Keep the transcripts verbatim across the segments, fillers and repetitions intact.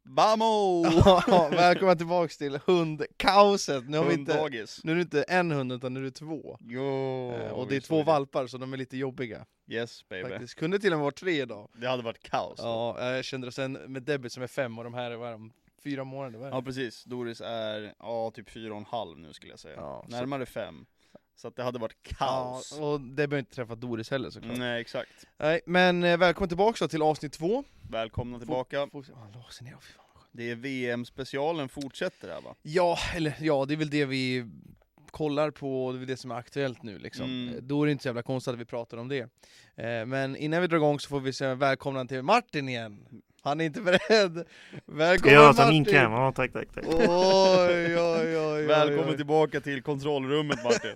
Vamo! Ja, välkomna tillbaka till hundkaoset. Nu, har vi inte, Hunddagis. nu är det inte en hund utan nu är det två. Jo, Eh, och det är visst två var valpar så de är lite jobbiga. Yes baby. Faktiskt. Kunde till och med vara tre idag. Det hade varit kaos. Ja, jag kände det sen med Debbie som är fem och de här är vad är de, fyra månader. Vad är det? Ja precis, Doris är ja, typ fyra och en halv nu skulle jag säga. Ja, så- Närmare fem. Så att det hade varit Ja, kaos. och Debbie har inte träffat Doris heller såklart. Nej exakt. Nej, men eh, välkommen tillbaka då till avsnitt två. Välkomna tillbaka. Få, ja, lås ner, fy fan. Det är V M-specialen fortsätter här va? Ja, eller ja, det är väl det vi kollar på, det är väl det som är aktuellt nu liksom. Mm. Eh, Då är det inte så jävla konstigt att vi pratar om det. Eh, men innan vi drar igång så får vi säga välkomna till Martin igen. Han är inte beredd. Välkommen Ska jag ta Martin! min cam? Ja, tack, tack, tack. Oj, oj, oj, oj, Välkommen oj. tillbaka till kontrollrummet Martin.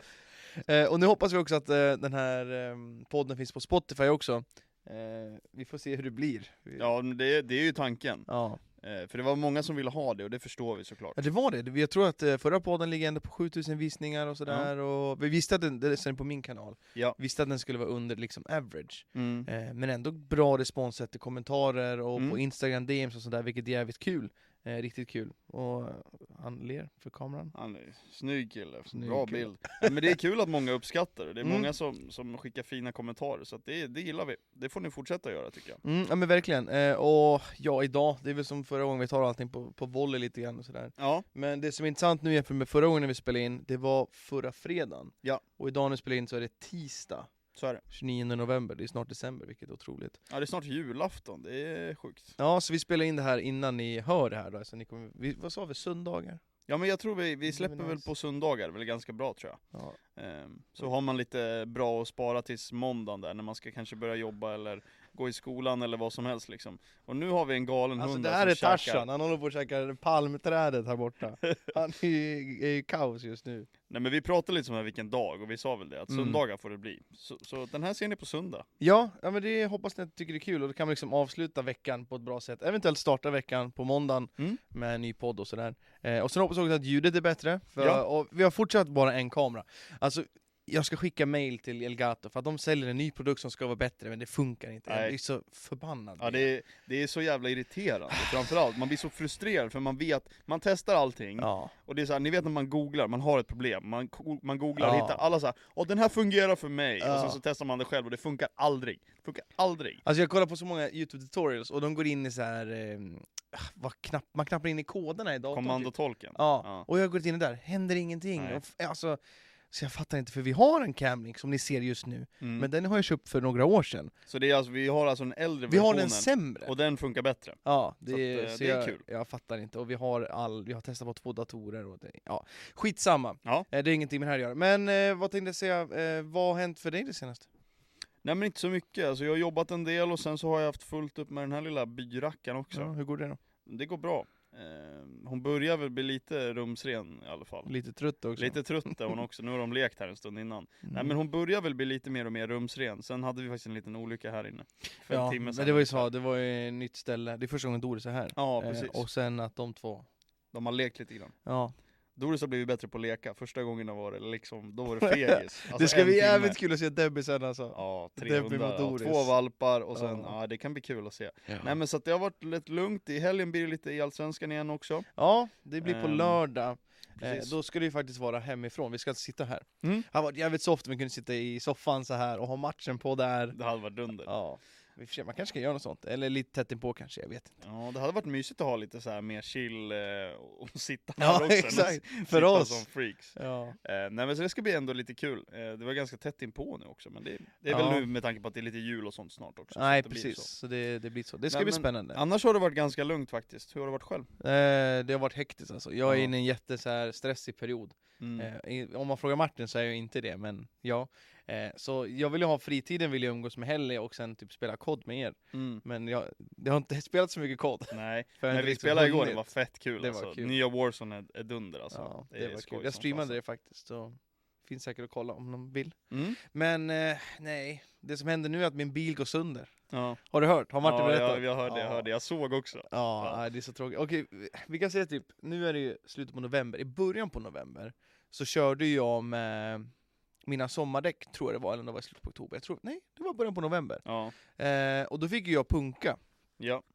Eh, och nu hoppas vi också att eh, den här eh, podden finns på Spotify också. Eh, vi får se hur det blir. Vi- Ja men det, det är ju tanken. ja. Eh, för det var många som ville ha det och det förstår vi såklart. Ja, det var det. Jag tror att eh, förra podden ligger ändå på sjutusen visningar och sådär. Och vi visste att den, det är sen på min kanal, Ja. visste att den skulle vara under liksom average. Mm. Eh, men ändå bra respons efter kommentarer och Mm. på Instagram D Ms och sådär, vilket är jävligt kul. Eh, riktigt kul. Och han ler för kameran. Han är snygg kille, Snygg bra kille. bild. Ja, men det är kul att många uppskattar det. Det är Mm. många som, som skickar fina kommentarer, så att det, det gillar vi. Det får ni fortsätta göra tycker jag. Mm, ja men verkligen. Eh, och ja, idag, det är väl som förra gången vi tar allting på, på volley lite grann och sådär. Ja, Men det som är intressant nu jämfört med förra gången när vi spelade in, det var förra fredagen. Ja. Och idag när vi spelar in så är det tisdag, så är det. tjugonionde november, det är snart december, vilket är otroligt. Ja, det är snart julafton, det är sjukt. Ja, så vi spelar in det här innan ni hör det här då, så ni kommer, vi, vad sa vi, söndagar? Ja men jag tror vi, vi Det släpper är väl nice. på söndagar, väl ganska bra tror jag. Ja. Ehm, så har man lite bra att spara tills måndagen där, när man ska kanske börja jobba eller gå i skolan eller vad som helst liksom. Och nu har vi en galen Alltså hund det där här är som Tarzan, käkar. han håller på att käka palmträdet här borta. Han är ju är ju kaos just nu. Nej men vi pratade lite om vilken dag och vi sa väl det, att Mm. söndagar får det bli. Så, så den här ser ni på söndag. Ja, ja men det hoppas ni tycker det är kul, och då kan man liksom avsluta veckan på ett bra sätt. Eventuellt starta veckan på måndagen Mm. med en ny podd och sådär. Eh, och sen hoppas jag också att ljudet är bättre, för Ja. och vi har fortsatt bara en kamera. Alltså, jag ska skicka mail till Elgato för att de säljer en ny produkt som ska vara bättre, men det funkar inte. Nej. Jag är så förbannad. Ja det är, det är så jävla irriterande, framförallt. Man blir så frustrerad för man vet, man testar allting. Ja. Och det är så här, ni vet när man googlar, man har ett problem, man, go- man googlar och Ja. hittar alla så här, åh den här fungerar för mig, Ja. och sen så testar man det själv och det funkar aldrig. Det funkar aldrig. Alltså jag kollar på så många YouTube-tutorials och de går in i så här, eh, vad knapp, man knappar in i koderna i datorn. Typ. Kommandotolken. Ja. Ja. och jag går in där, händer ingenting. Nej. Och f- alltså, så jag fattar inte, för vi har en Camlink som ni ser just nu, Mm. men den har jag köpt för några år sedan. Så det är alltså, vi har alltså en äldre Vi har versionen, den sämre. och den funkar bättre. Ja, det, Så att, är, eh, så det är jag, kul. jag fattar inte. Och vi har all, vi har testat på två datorer och det, ja, skitsamma. Ja. Eh, Det är ingenting med det här att göra. Men eh, vad tänkte jag säga, eh, vad har hänt för dig det senaste? Nej men inte så mycket, alltså, jag har jobbat en del och sen så har jag haft fullt upp med den här lilla byrackan också. Ja, hur går det då? Det går bra. Eh, hon börjar väl bli lite rumsren i alla fall. Lite trött också. Lite trött är hon också, nu har de lekt här en stund innan. Mm. Nej men hon börjar väl bli lite mer och mer rumsren, sen hade vi faktiskt en liten olycka här inne. För Ja, en timme men sedan. det var ju så, det var ju ett nytt ställe. Det är första gången Doris är här. Ja precis, Eh, och sen att de två, de har lekt lite grann. ja. Doris har blivit bättre på att leka, första gången var det liksom, då var det fegis. Alltså det ska en bli timme. jävligt kul att se Debbie sen alltså. Ja, tre Debbie hundar, mot ja, Doris. två valpar och sen, Ja. ja. det kan bli kul att se. Ja. Nej men så att det har varit lite lugnt, i helgen blir det lite i Allsvenskan igen också. Ja, det blir på Ehm, lördag. Eh, precis. då ska det ju faktiskt vara hemifrån, vi ska alltså sitta här. Mm. Det har varit jävligt soft om vi kunde sitta i soffan så här och ha matchen på där. Det hade varit dunder. Ja, vi får se, man kanske ska göra något sånt. Eller lite tätt inpå kanske, jag vet inte. Ja, det hade varit mysigt att ha lite så här mer chill eh, och sitta här Ja, också. exakt. Sitta För oss. som freaks. Ja. Eh, nej men så det ska bli ändå lite kul. Eh, det var ganska tätt inpå nu också, men det, det är Ja. väl nu med tanke på att det är lite jul och sånt snart också. så Nej, att det blir precis. så. Så det, det blir så. Det ska Nej, bli men spännande. Annars har det varit ganska lugnt faktiskt. Hur har det varit själv? Eh, det har varit hektiskt alltså. Jag är Ja. inne i en jätte så här stressig period. Mm. Eh, i- om man frågar Martin så är jag inte det, men ja. Eh, så jag vill ju ha fritiden, vill jag umgås med Helly och sen typ spela kod med er. Mm. Men jag, jag har inte spelat så mycket kod. Nej, För jag har men inte vi riktigt spelade igår, det hunnit. var fett kul, Det var alltså. kul. Nya Warzone är, är dunder alltså. Ja, det, är var skoj kul. Jag som streamade fasen. det faktiskt, så finns säkert att kolla om de vill. Mm. Men eh, nej, det som händer nu är att min bil går sönder. Ja. Har du hört? Har Martin Ja, berättat? jag, jag hörde, jag Ja. hörde, jag såg också. Ja, Ja. nej, det är så tråkigt. Okej, vi kan säga typ, nu är det ju slutet på november. I början på november så körde jag med mina sommardäck, tror jag det var, eller om det var i slutet på oktober. Jag tror, nej, det var början på november. Ja. Eh, och då fick ju jag punka. Ja.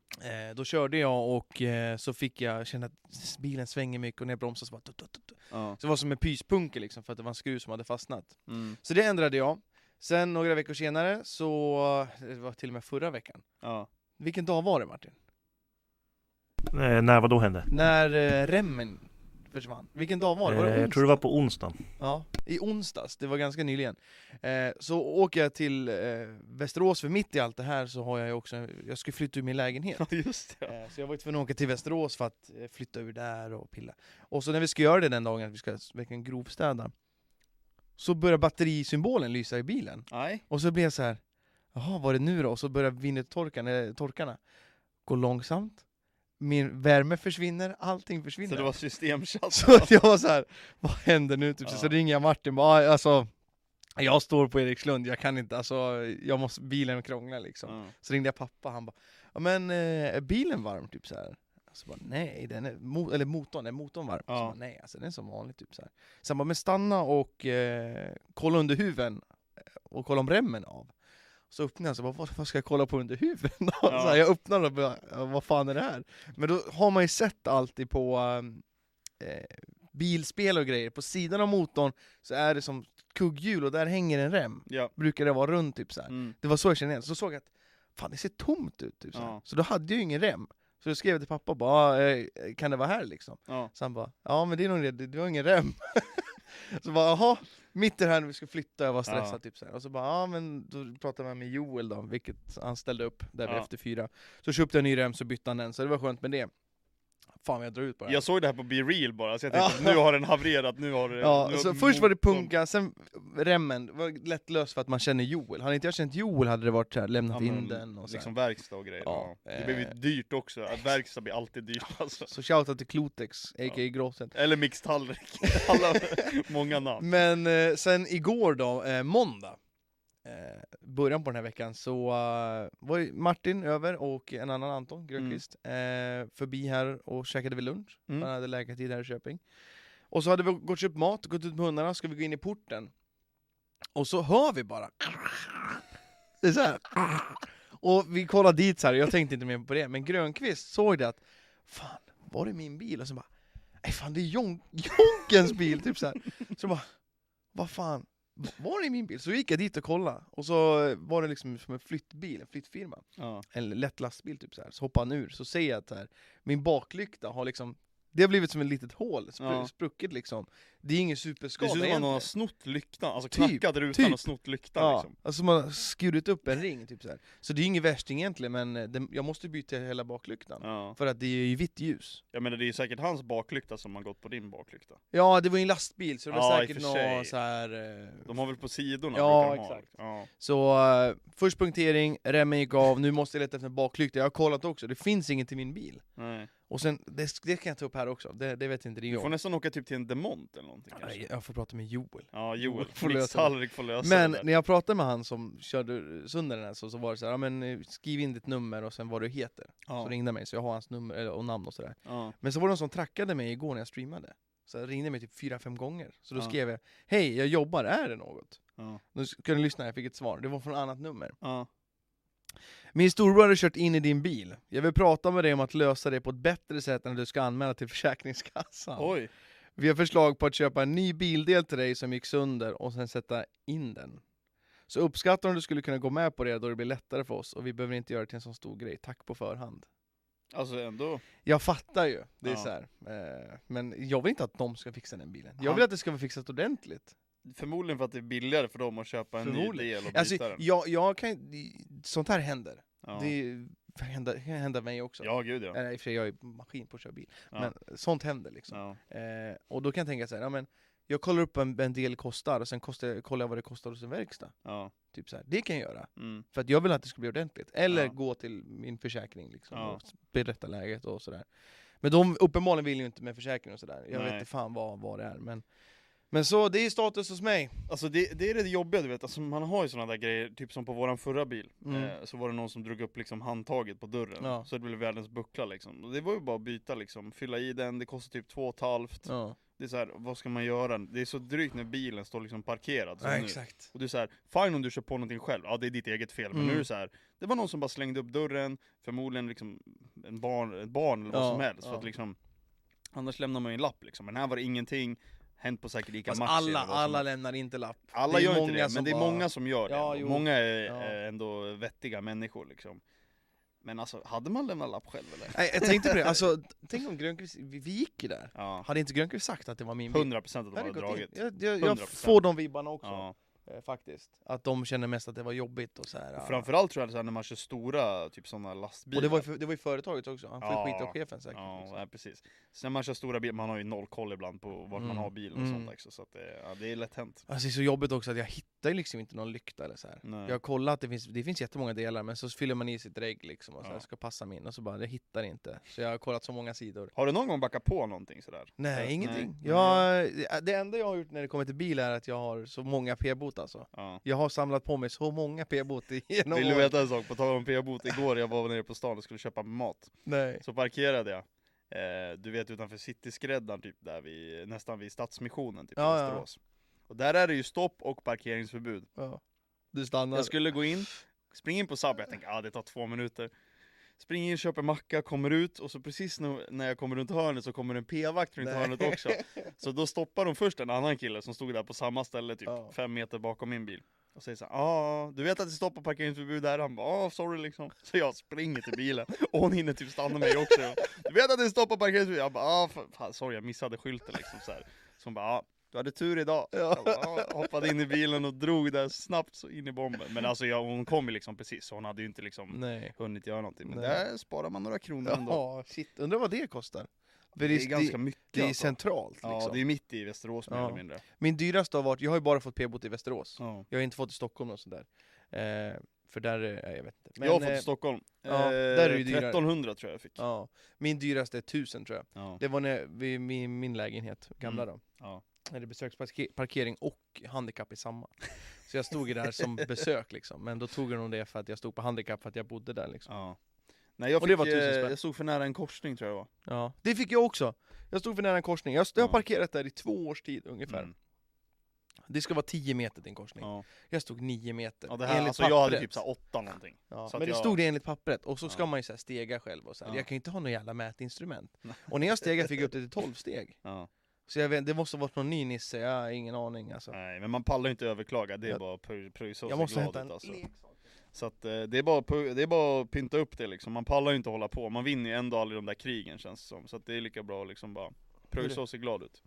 Eh, då körde jag och eh, så fick jag känna att bilen svänger mycket och när jag bromsade så bara... Tut, tut, tut. Ja. Så det var som en pyspunke liksom, för att det var en skruv som hade fastnat. Mm. Så det ändrade jag. Sen några veckor senare, så det var till och med förra veckan. Ja. Vilken dag var det, Martin? Eh, när vad då hände? När eh, remmen försvann. Vilken dag var det? Var det Eh, jag tror det var på onsdagen. Ja, i onsdags. Det var ganska nyligen. Eh, så åker jag till eh, Västerås, för mitt i allt det här så har jag ju också, jag ska flytta ur min lägenhet. Ja, just det. Eh, så jag var ju tvungen att åka till Västerås för att eh, flytta ur där och pilla. Och så när vi ska göra det den dagen, att vi ska verkligen grovstäda, så börjar batterisymbolen lysa i bilen. Nej. Och så blir jag så här, jaha, vad är det nu då? Och så börjar vindrutetorkarna, eller torkarna, gå långsamt. Min värme försvinner, allting försvinner. Så det var systemchatt. Så att jag var så här, vad händer nu? Typ, Ja. så ringer jag Martin, bara, alltså, jag står på Erikslund, jag kan inte, alltså, jag måste, bilen krånglar liksom. Ja. Så ringde jag pappa, han bara, ja men eh, är bilen varm? Typ så här. Så bara, nej, den är, mo- eller motorn, är motorn varm? Ja. Så bara, nej, alltså den är som vanligt typ så här. Så han bara, men stanna och eh, kolla under huven och kolla om remmen är av. Så öppnade jag, så bara, vad, vad ska jag kolla på under huven? Ja. Så här, jag öppnar och bara, ja, vad fan är det här? Men då har man ju sett alltid på eh, bilspel och grejer, på sidan av motorn så är det som kugghjul och där hänger en rem. Ja. Brukar det vara runt typ så här. Mm. Det var så jag kände igen. Så såg jag att fan, det ser tomt ut typ så här. Ja. Så då hade jag ju ingen rem. Så jag skrev till pappa bara, eh, kan det vara här liksom? Ja. Så han bara, ja men det är nog det, du har ingen rem. Så bara, jaha, mitt i det här när vi ska flytta, jag var stressad Ja. typ så här. Och så bara, ja men då pratade jag med Joel då, vilket han ställde upp där vid Ja. efter fyra. Så köpte jag en ny rem, så bytte han den, så det var skönt med det. Fan, jag drar ut på det här. Jag såg det här på Be Real bara, så jag tänkte Ja. nu har den havererat, nu har det... Ja, nu så har först var det motorn- punka, sen remmen, det var lättlöst för att man känner Joel. Hade inte jag känt Joel hade det varit så här, lämnat Ja, in men den och så här. liksom verkstad och grejer. Ja, Ja. Det blev ju eh. dyrt också, att verkstad blir alltid dyrt alltså. Så shoutout till Klotex, a k a Ja. Gråsen. Eller mixtallrik, alla, många namn. Men eh, sen igår då, eh, måndag, eh, början på den här veckan, så eh, var ju Martin över och en annan Anton Grönqvist eh, förbi här och käkade vi lunch. Mm. Han hade läkartid här i Köping. Och så hade vi gått och köpt mat, gått ut med hundarna, ska vi gå in i porten. Och så hör vi bara. Det är så här. Och vi kollade dit så här, jag tänkte inte mer på det, men Grönqvist såg det att fan, var det min bil? Och så bara, nej fan, det är Jon- Jonkens bil, typ så här. Så bara, vad fan, var det min bil? Så gick jag dit och kollade, och så var det liksom som en flyttbil, en flyttfirma. Ja. En lätt lastbil typ så här. Så hoppade han ur, så ser jag att så här, min baklykta har liksom, det har blivit som ett litet hål, spr- Ja. spruckit liksom. Det är ingen Det superskada ser ut som att någon har egentligen. snott lyktan, alltså Typ, knackat rutan typ. och snott lyktan Ja, liksom. alltså man har skurit upp en ring typ så här. Så det är ingen värsting egentligen, men eh, den, jag måste byta hela baklyktan. Ja. För att det är ju vitt ljus. Jag menar det är ju säkert hans baklykta som har gått på din baklykta. Ja, det var ju en lastbil, så det var Ja, i säkert och för sig. någon så här. Eh, De har väl på sidorna? Ja, brukar de ha. exakt. Ja. Så eh, först punktering, remmen gick av, nu måste jag leta efter en baklykta. Jag har kollat också, det finns ingen till min bil. Nej. Och sen, det, det kan jag ta upp här också, det, det vet inte det är Du får jag. nästan åka typ till en demont eller någonting Ja, kanske. jag får prata med Joel. Ja, Joel. Får lösa Mixtallrik får lösa Men det där. när jag pratade med han som körde sönder den här, så, så var det så här, ja, men eh, skriv in ditt nummer och sen vad du heter. Så Ja. ringde mig, så jag har hans nummer eller, och namn och sådär. Ja. Men så var det någon som trackade mig igår när jag streamade. Så jag ringde mig typ fyra, fem gånger. Så då Ja. skrev jag, hej jag jobbar, är det något? Ja. Nu ska ni lyssna, jag fick ett svar. Det var från ett annat nummer. Ja. Min storbror har kört in i din bil. Jag vill prata med dig om att lösa det på ett bättre sätt än att du ska anmäla till Försäkringskassan. Oj. Vi har förslag på att köpa en ny bildel till dig som gick sönder och sen sätta in den. Så uppskattar om du skulle kunna gå med på det, då det blir lättare för oss och vi behöver inte göra det till en sån stor grej. Tack på förhand. Alltså ändå. Jag fattar ju, det är Ja. så här. Eh, men jag vill inte att de ska fixa den bilen. Jag Han- vill att det ska vara fixat ordentligt. Förmodligen för att det är billigare för dem att köpa en ny Förmodligen. del och byta Alltså, den. jag, jag kan, sånt här händer. Ja. Det händer, det händer mig också. Ja, gud ja. Eller i och för sig, jag är maskin på att köra bil. Ja. Men sånt händer liksom. Ja. Eh, och då kan jag tänka så här, ja, men jag kollar upp en, en del kostar och sen kostar, kollar jag vad det kostar hos en verkstad. Ja. Typ så här. Det kan jag göra. Mm. För att jag vill att det ska bli ordentligt. Eller Ja. gå till min försäkring liksom, Ja. och berätta läget och sådär. Men de uppenbarligen vill ju inte med försäkring och sådär. Jag Nej. vet inte fan vad, vad det är. Men, men så, det är status hos mig. Alltså det, det är det jobbiga du vet, alltså man har ju sådana där grejer, typ som på våran förra bil. Mm. Eh, så var det någon som drog upp liksom handtaget på dörren. Ja. Så det blev världens buckla liksom. Och det var ju bara att byta liksom, fylla i den, det kostade typ två och ett halvt. Ja. Det är så här, vad ska man göra? Det är så drygt när bilen står liksom parkerad. Ja, nu. exakt. Och du är så här, fine om du kör på någonting själv, ja det är ditt eget fel. Men Mm. nu är det så här, det var någon som bara slängde upp dörren, förmodligen liksom en barn, ett barn eller vad Ja, som helst. ja. För att liksom, annars lämnar man ju en lapp liksom. Men här var det ingenting, hänt på säkert Ica Fast Maxi. alla, eller vad som alla helst. lämnar inte lapp. Alla Det är gör inte många det, som men det är bara- många som gör det. Ja, och jo. många är Ja. är ändå vettiga människor liksom. Men alltså, hade man lämnat lapp själv eller? Nej, jag tänkte på det, alltså, tänk om Grönqvist, vi, vi gick ju där. Ja, Hade inte Grönqvist sagt att det var min bil? hundra procent att de Jag hade hade gått in. dragit. Jag, jag, jag hundra procent. får de vibbarna också, Ja. eh, faktiskt. Att de känner mest att det var jobbigt och så här. Och ja. framförallt tror jag så här, när man kör stora, typ sådana lastbilar. Och det var, ju för, det var ju företaget också, han får Ja. ju skit av chefen säkert. Ja, liksom. ja, precis. Så när man kör stora bilar, man har ju noll koll ibland på vart Mm. man har bilen och Mm. sånt också. Så att det, ja, det är lätt hänt. Alltså det är så jobbigt också att jag hittar ju liksom inte någon lykta eller så här. Nej. Jag har kollat att det finns, det finns jättemånga delar, men så fyller man i sitt regg liksom och så här, Ja. ska passa min och så bara, det hittar inte. Så jag har kollat så många sidor. Har du någon gång backat på någonting sådär? Nej, Eller- ingenting. nej. Jag, det enda jag har gjort när det kommer till bil är att jag har så många p-bot alltså. Ja. Jag har samlat på mig så många p-bot genom Vill du åren. veta en sak? På tal om p-bot, igår jag var nere på stan och skulle köpa mat. Nej. Så parkerade jag. Eh, du vet utanför Cityskräddaren typ där vi, nästan vid Stadsmissionen typ Ja, i ja. Västerås. Och där är det ju stopp och parkeringsförbud. Ja. Du stannar. Jag skulle gå in, springa in på Subway, jag tänkte ah, det tar två minuter. Springer in, köper macka, kommer ut och så precis nu, när jag kommer runt hörnet så kommer en p-vakt runt Nej. hörnet också. Så då stoppar de först en annan kille som stod där på samma ställe typ Ja. fem meter bakom min bil. Och säger såhär, ja du vet att det stoppar parkeringsförbud där? Han bara, ah sorry liksom. Så jag springer till bilen och hon hinner typ stanna mig också. Du vet att det stoppar parkeringsförbud? Jag bara, ah fan, sorry jag missade skylten liksom så här. Så hon bara, ah du hade tur idag. Jag bara, ah, hoppade in i bilen och drog där snabbt så in i bomben. Men alltså jag, hon kom ju liksom precis, så hon hade ju inte liksom Nej. hunnit göra någonting. Men Nej. där sparar man några kronor ändå. Ja, shit. Undrar vad det kostar. För Det är ganska det, mycket det är alltså. centralt liksom. Ja, det är mitt i Västerås mer Ja. eller mindre. Min dyraste har varit, jag har ju bara fått p-bot i Västerås. Ja. Jag har inte fått i Stockholm och sådär. Eh, för där, eh, jag vet inte. jag har fått eh, i Stockholm. ja, eh, där är det dyrare. trettonhundra tror jag jag fick. Ja, min dyraste är tusen tror jag. Ja. Det var när vi, min, min lägenhet, gamla Mm. då. Ja. Är det besöksparkering och handikapp i samma. Så jag stod ju där som besök liksom. Men då tog de det för att jag stod på handikapp för att jag bodde där liksom. Ja. Nej jag Och fick, det var tusen eh, spänn. jag stod för nära en korsning tror jag det var. Ja, det fick jag också. Jag stod för nära en korsning. Jag, jag har Ja. parkerat där i två års tid ungefär. Mm. Det ska vara tio meter till en korsning. Ja. Jag stod nio meter. Ja, det här, enligt alltså jag hade pappret. typ så här åtta någonting. Ja, så att men det jag- stod det enligt pappret, och så ska Ja. man ju så här stega själv och så här. Ja. Jag kan ju inte ha någon jävla mätinstrument. Nej. Och när jag stegade fick jag upp det till tolv steg. Ja. Så jag vet, det måste ha varit någon ny nisse, jag har ingen aning alltså. Nej men man pallar ju inte överklaga, det är Jag- bara att prö- pröjsa och Jag se måste glad hämta ut en alltså. leksak. Så att eh, det är, bara, pu- det är bara att pynta upp det liksom, man pallar ju inte hålla på, man vinner ju ändå aldrig de där krigen känns det som. Så att det är lika bra att liksom bara pröjsa och se glad ut.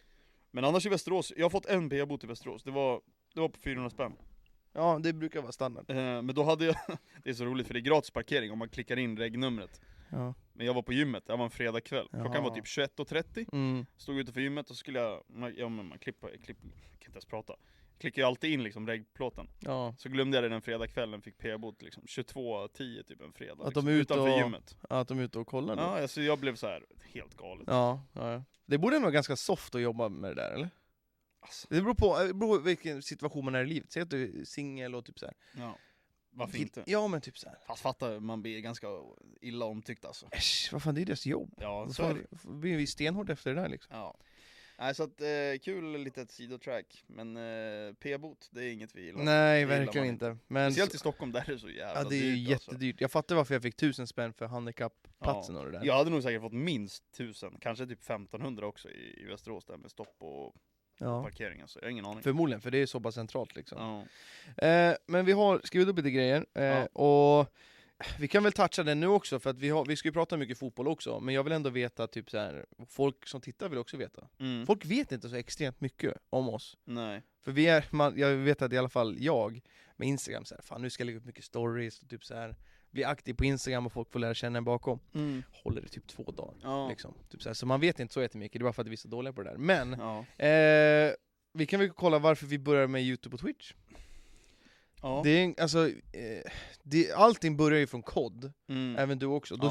Men annars i Västerås, jag har fått en p-bot i Västerås, det var, det var på fyrahundra spänn. Ja, det brukar vara standard. Eh, men då hade jag, det är så roligt för det är gratis parkering om man klickar in regnumret. Ja. Men jag var på gymmet, det var en fredagkväll. Klockan Ja. var typ tjugoett och trettio. Mm. Stod utanför gymmet och så skulle jag, man, ja men man klipper, klipp, jag kan inte ens prata. Klickar ju alltid in liksom regplåten. Ja, Så glömde jag det den fredagskvällen, fick p-bot liksom. tjugotvå tio typ en fredag. Att de liksom, är ute utanför och- gymmet. att de är ute och kollar nu. Ja, alltså jag blev så här helt galet. Ja, ja. Det borde ändå vara ganska soft att jobba med det där, eller? Alltså, Det beror på, det beror på vilken situation man är i livet. Säg att du är singel och typ så här. ja. Varför inte? Ja, men typ så här. Fast fatta, man blir ganska illa omtyckt alltså. Äsch, vad fan, det är deras jobb. Ja, Vad så är fan, det. blir vi stenhård efter det där liksom. Ja. Nej, så att, eh, kul litet sidotrack. Men eh, p-bot, det är inget vi gillar. Nej, gillar verkligen man inte. Men Speciellt i Stockholm, där är det så jävla ja, det är ju dyrt alltså. jättedyrt. Jag fattar varför jag fick tusen spänn för handikappplatsen och det där. Jag hade nog säkert fått minst tusen, kanske typ femtonhundra också i, i Västerås där med stopp och Ja. parkering alltså. Jag har ingen aning. Förmodligen, för det är så pass centralt liksom. Ja. Eh, men vi har skrivit upp lite grejer, eh, Ja. och vi kan väl toucha den nu också, för att vi, har, vi ska ju prata mycket fotboll också, men jag vill ändå veta, typ så här, folk som tittar vill också veta. Mm. Folk vet inte så extremt mycket om oss. Nej. För vi är, man, jag vet att i alla fall jag, med Instagram så här, fan nu ska jag lägga upp mycket stories och typ så här, bli aktiv på Instagram och folk får lära känna en bakom. Mm. Håller det typ två dagar. Ja. Liksom. Typ så, här, så man vet inte så jättemycket, det är bara för att vi är så dåliga på det där. Men, Ja. eh, vi kan väl kolla varför vi börjar med YouTube och Twitch. Ja. Det är, alltså, eh, det, allting börjar ju från kod, Mm. även du också. Då, Ja. då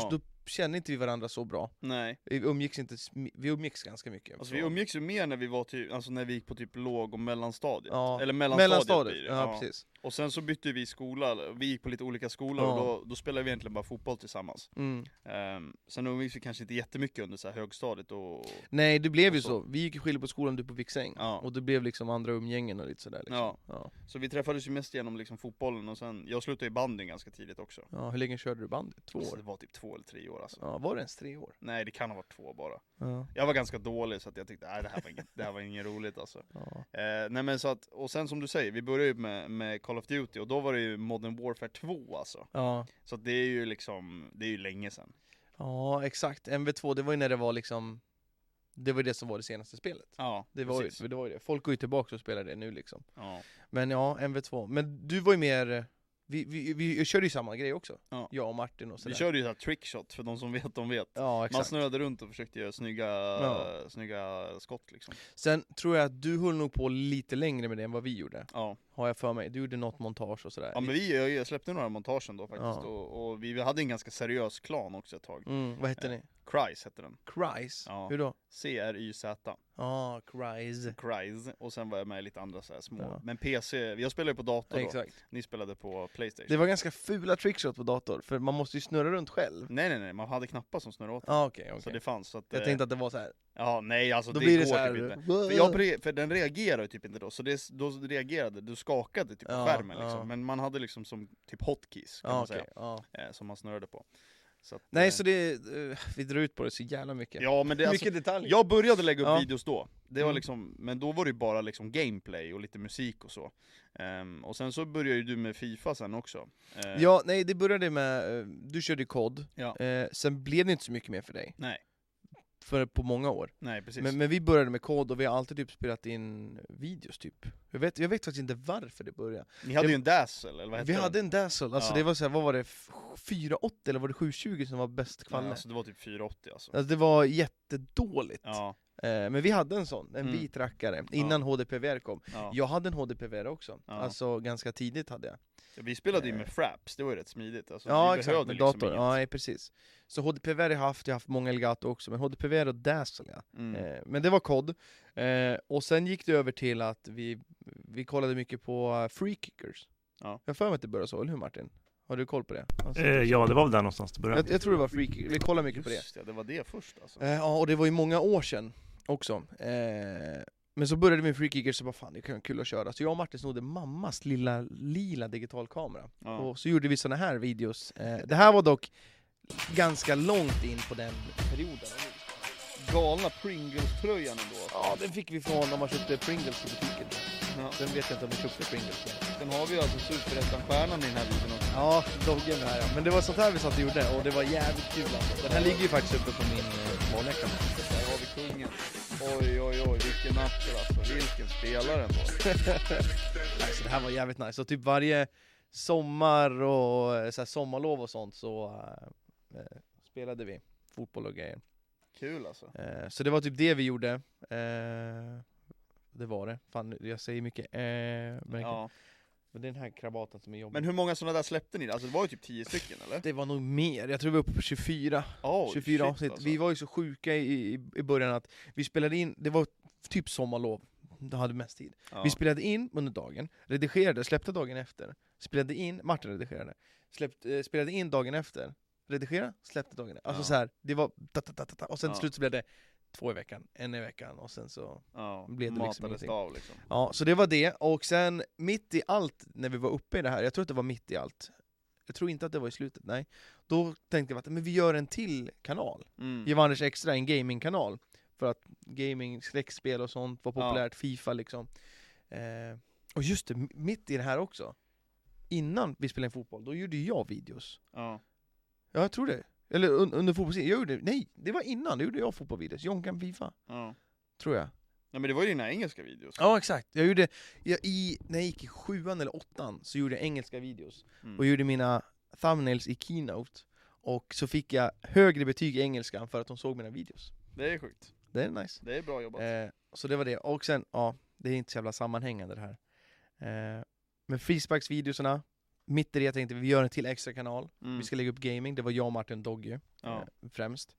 kände inte vi varandra så bra. Nej. Vi umgicks inte, vi umgicks ganska mycket. Alltså vi umgicks ju mer när vi var typ, alltså när vi gick på typ låg- och mellanstadiet. Ja. Eller mellanstadiet, Mellanstadiet, blir det. ja, ja precis. Och sen så bytte vi skola, vi gick på lite olika skolor Ja. och då, då spelade vi egentligen bara fotboll tillsammans. Mm. Um, sen umgicks vi kanske inte jättemycket under så här högstadiet och... Nej, det blev ju så. så. Vi gick ju skilda på skolan, du på Viksäng. Ja. Och det blev liksom andra umgängen och lite sådär liksom. Ja. Ja. Så vi träffades ju mest genom liksom fotbollen och sen, jag slutade i bandyn ganska tidigt också. Ja, hur länge körde du bandy? Två Så år? det var typ två eller tre år alltså. Ja, var det ens tre år? Nej, det kan ha varit två bara. Ja. Jag var ganska dålig så att jag tyckte, nej det här var inget, det här var inget roligt alltså. Ja. Eh, nej men så att, och sen som du säger, vi började ju med, med Call of Duty och då var det ju Modern Warfare två alltså. Ja. Så att det är ju liksom, det är ju länge sedan. Ja, exakt. M V två, det var ju när det var liksom... Det var det som var det senaste spelet. Ja, Det var, ju, precis. det var ju det. Folk går ju tillbaka och spelar det nu liksom. Ja. Men ja, M V två. Men du var ju mer... Vi, vi, vi körde ju samma grej också. Ja. Jag och Martin och sådär. Vi körde ju så här trickshot, för de som vet, de vet. Ja, Man exakt. snöade runt och försökte göra snygga, Ja. snygga skott liksom. Sen tror jag att du höll nog på lite längre med det än vad vi gjorde. Ja. Har jag för mig. Du gjorde något montage och sådär. Ja men vi jag släppte några montagen då faktiskt, Ja. och, och vi hade en ganska seriös klan också ett tag. Mm, vad hette Eh. ni? Cries hette den. Cries? Ja. Hur då? C R Y Z. Ja, Cries. Cries. Och sen var jag med i lite andra så här små. Ja. Men P C, jag spelade ju på dator då. Exakt. Ni spelade på Playstation. Det var ganska fula trickshot på dator, för man måste ju snurra runt själv. Nej nej nej, man hade knappar som snurrade åt. Ja, ah, okej, okej. Så det fanns. Så att, Jag eh, tänkte att det var så här. Ja nej alltså Då det blir går det så här. typ inte. För, jag, pre- för den reagerar ju typ inte då, så det, då reagerade, du skakade typ på Ja, skärmen liksom. ja. Men man hade liksom som typ hotkeys kan Ja, man okej. säga, Ja. eh, som man snurrade på. Så att, Nej, eh, så det, eh, vi drar ut på det så jävla mycket. Ja men det alltså, mycket detaljer. jag började lägga upp Ja. videos då, det var Mm. liksom, men då var det ju bara liksom gameplay och lite musik och så. Ehm, och sen så började ju du med FIFA sen också. Ehm, Ja, nej, det började med, eh, du körde kod, Ja. eh, sen blev det inte så mycket mer för dig, Nej, för på många år. nej precis. Men, men vi började med kod och vi har alltid typ spelat in videos typ. Jag vet, jag vet faktiskt inte varför det började. Ni hade det- ju en Dazzle, eller vad hette Vi den? hade en Dazzle, alltså Ja. det var så här, vad var det, F- fyra åttio eller var det sju tjugo som var bäst Nej, kvalle? alltså det var typ fyra åttio alltså. Alltså det var jättedåligt. Ja, Eh, men vi hade en sån, en Mm. vit rackare, innan H D P V R kom. ja. Jag hade en H D P V R också, Ja. alltså ganska tidigt hade jag. Vi spelade ju Eh. med Fraps, det var ju rätt smidigt alltså, Ja vi exakt, behövde med liksom dator, inget. ja nej, precis. Så H D P V R har jag haft, jag har haft många Elgato också, men H D P V R och Dazzle ja. Mm. Eh, men det var kod, eh, och sen gick det över till att vi, vi kollade mycket på uh, Free Kickers. Ja. Jag har för mig att det började så, eller hur Martin? Har du koll på det? Alltså, Eh, ja, det var väl där någonstans det började. jag, jag tror det var Free Kickers, vi kollade mycket på det. Just det, det var det först alltså. Eh, ja, och det var ju många år sedan också. Eh, men så började vi med Free Kickers, så bara fan det kan vara kul att köra. Så jag och Martin snodde mammas lilla lila digitalkamera. Ja. Och så gjorde vi såna här videos. Eh, det här var dock ganska långt in på den perioden. Galna Pringles-tröjan ändå. Ja, den fick vi från när man köpte Pringles i butiken. Ja. Sen vet jag inte om vi köpte Pringles. Sen har vi ju alltså Superettan-stjärnan i den här videon också. Ja, doggen här ja. Men det var sånt här vi satt och gjorde och det var jävligt kul alltså. Den här ligger ju faktiskt uppe på min eh, valläckare. Där har vi kungen. Oj oj oj, vilken natt alltså. Vilken spelare ändå. Alltså, det här var jävligt nice. Så typ varje sommar och eh, så här, sommarlov och sånt så eh, eh, spelade vi fotboll och grejer. Kul alltså. Eh, så det var typ det vi gjorde. Eh, det var det. Fan, jag säger mycket. Eh, men, Ja. men det är den här krabaten som är jobbig. Men hur många sådana där släppte ni? Alltså det var ju typ tio stycken eller? Det var nog mer. Jag tror vi var uppe på tjugofyra. Oh, tjugofyra shit, avsnitt. alltså. Vi var ju så sjuka i, i, i början att vi spelade in, det var typ sommarlov. Då hade vi mest tid. Ja. Vi spelade in under dagen, redigerade, släppte dagen efter. Spelade in, Martin redigerade. Släppt, eh, spelade in dagen efter. Redigera, släppte dagen efter. Alltså Ja. så här, det var ta, ta, ta, ta, ta. Och sen Ja. till slut så blev det två i veckan, en i veckan och sen så... Ja, blev det liksom matades ingenting. av liksom. Ja, så det var det. Och sen mitt i allt, när vi var uppe i det här, jag tror att det var mitt i allt. Jag tror inte att det var i slutet, nej. Då tänkte jag att men vi gör en till kanal. Mm. Ge Anders Extra, en gamingkanal. För att gaming, skräckspel och sånt var populärt, FIFA liksom. Eh, och just det, m- mitt i det här också. Innan vi spelade fotboll, då gjorde jag videos. Ja. Ja, jag tror det. Eller un- under fotbollstiden, jag gjorde, nej, det var innan, då gjorde jag fotbollvideos. Jonkan FIFA, Ja. tror jag. Nej men det var ju dina engelska videos. Ja, exakt. Jag gjorde, jag, i, när jag gick i sjuan eller åttan så gjorde jag engelska videos. Mm. Och gjorde mina thumbnails i Keynote. Och så fick jag högre betyg i engelskan för att de såg mina videos. Det är sjukt. Det är nice. Det är bra jobbat. Eh, så det var det. Och sen, ja, det är inte så jävla sammanhängande det här. Eh, men frisparksvideosarna, mitt i det jag tänkte vi gör en till extra kanal. Mm. Vi ska lägga upp gaming. Det var jag och Martin Dogge Ja. eh, främst.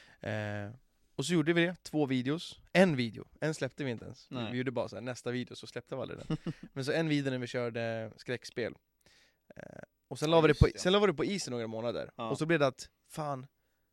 Eh, och så gjorde vi det, två videos. En video, en släppte vi inte ens. Nej. Vi gjorde bara så här, nästa video så släppte vi aldrig den. Men så en video när vi körde skräckspel. Eh, och sen Ja, la vi det just på, det. sen la vi det på isen några månader. Ja. Och så blev det att, fan,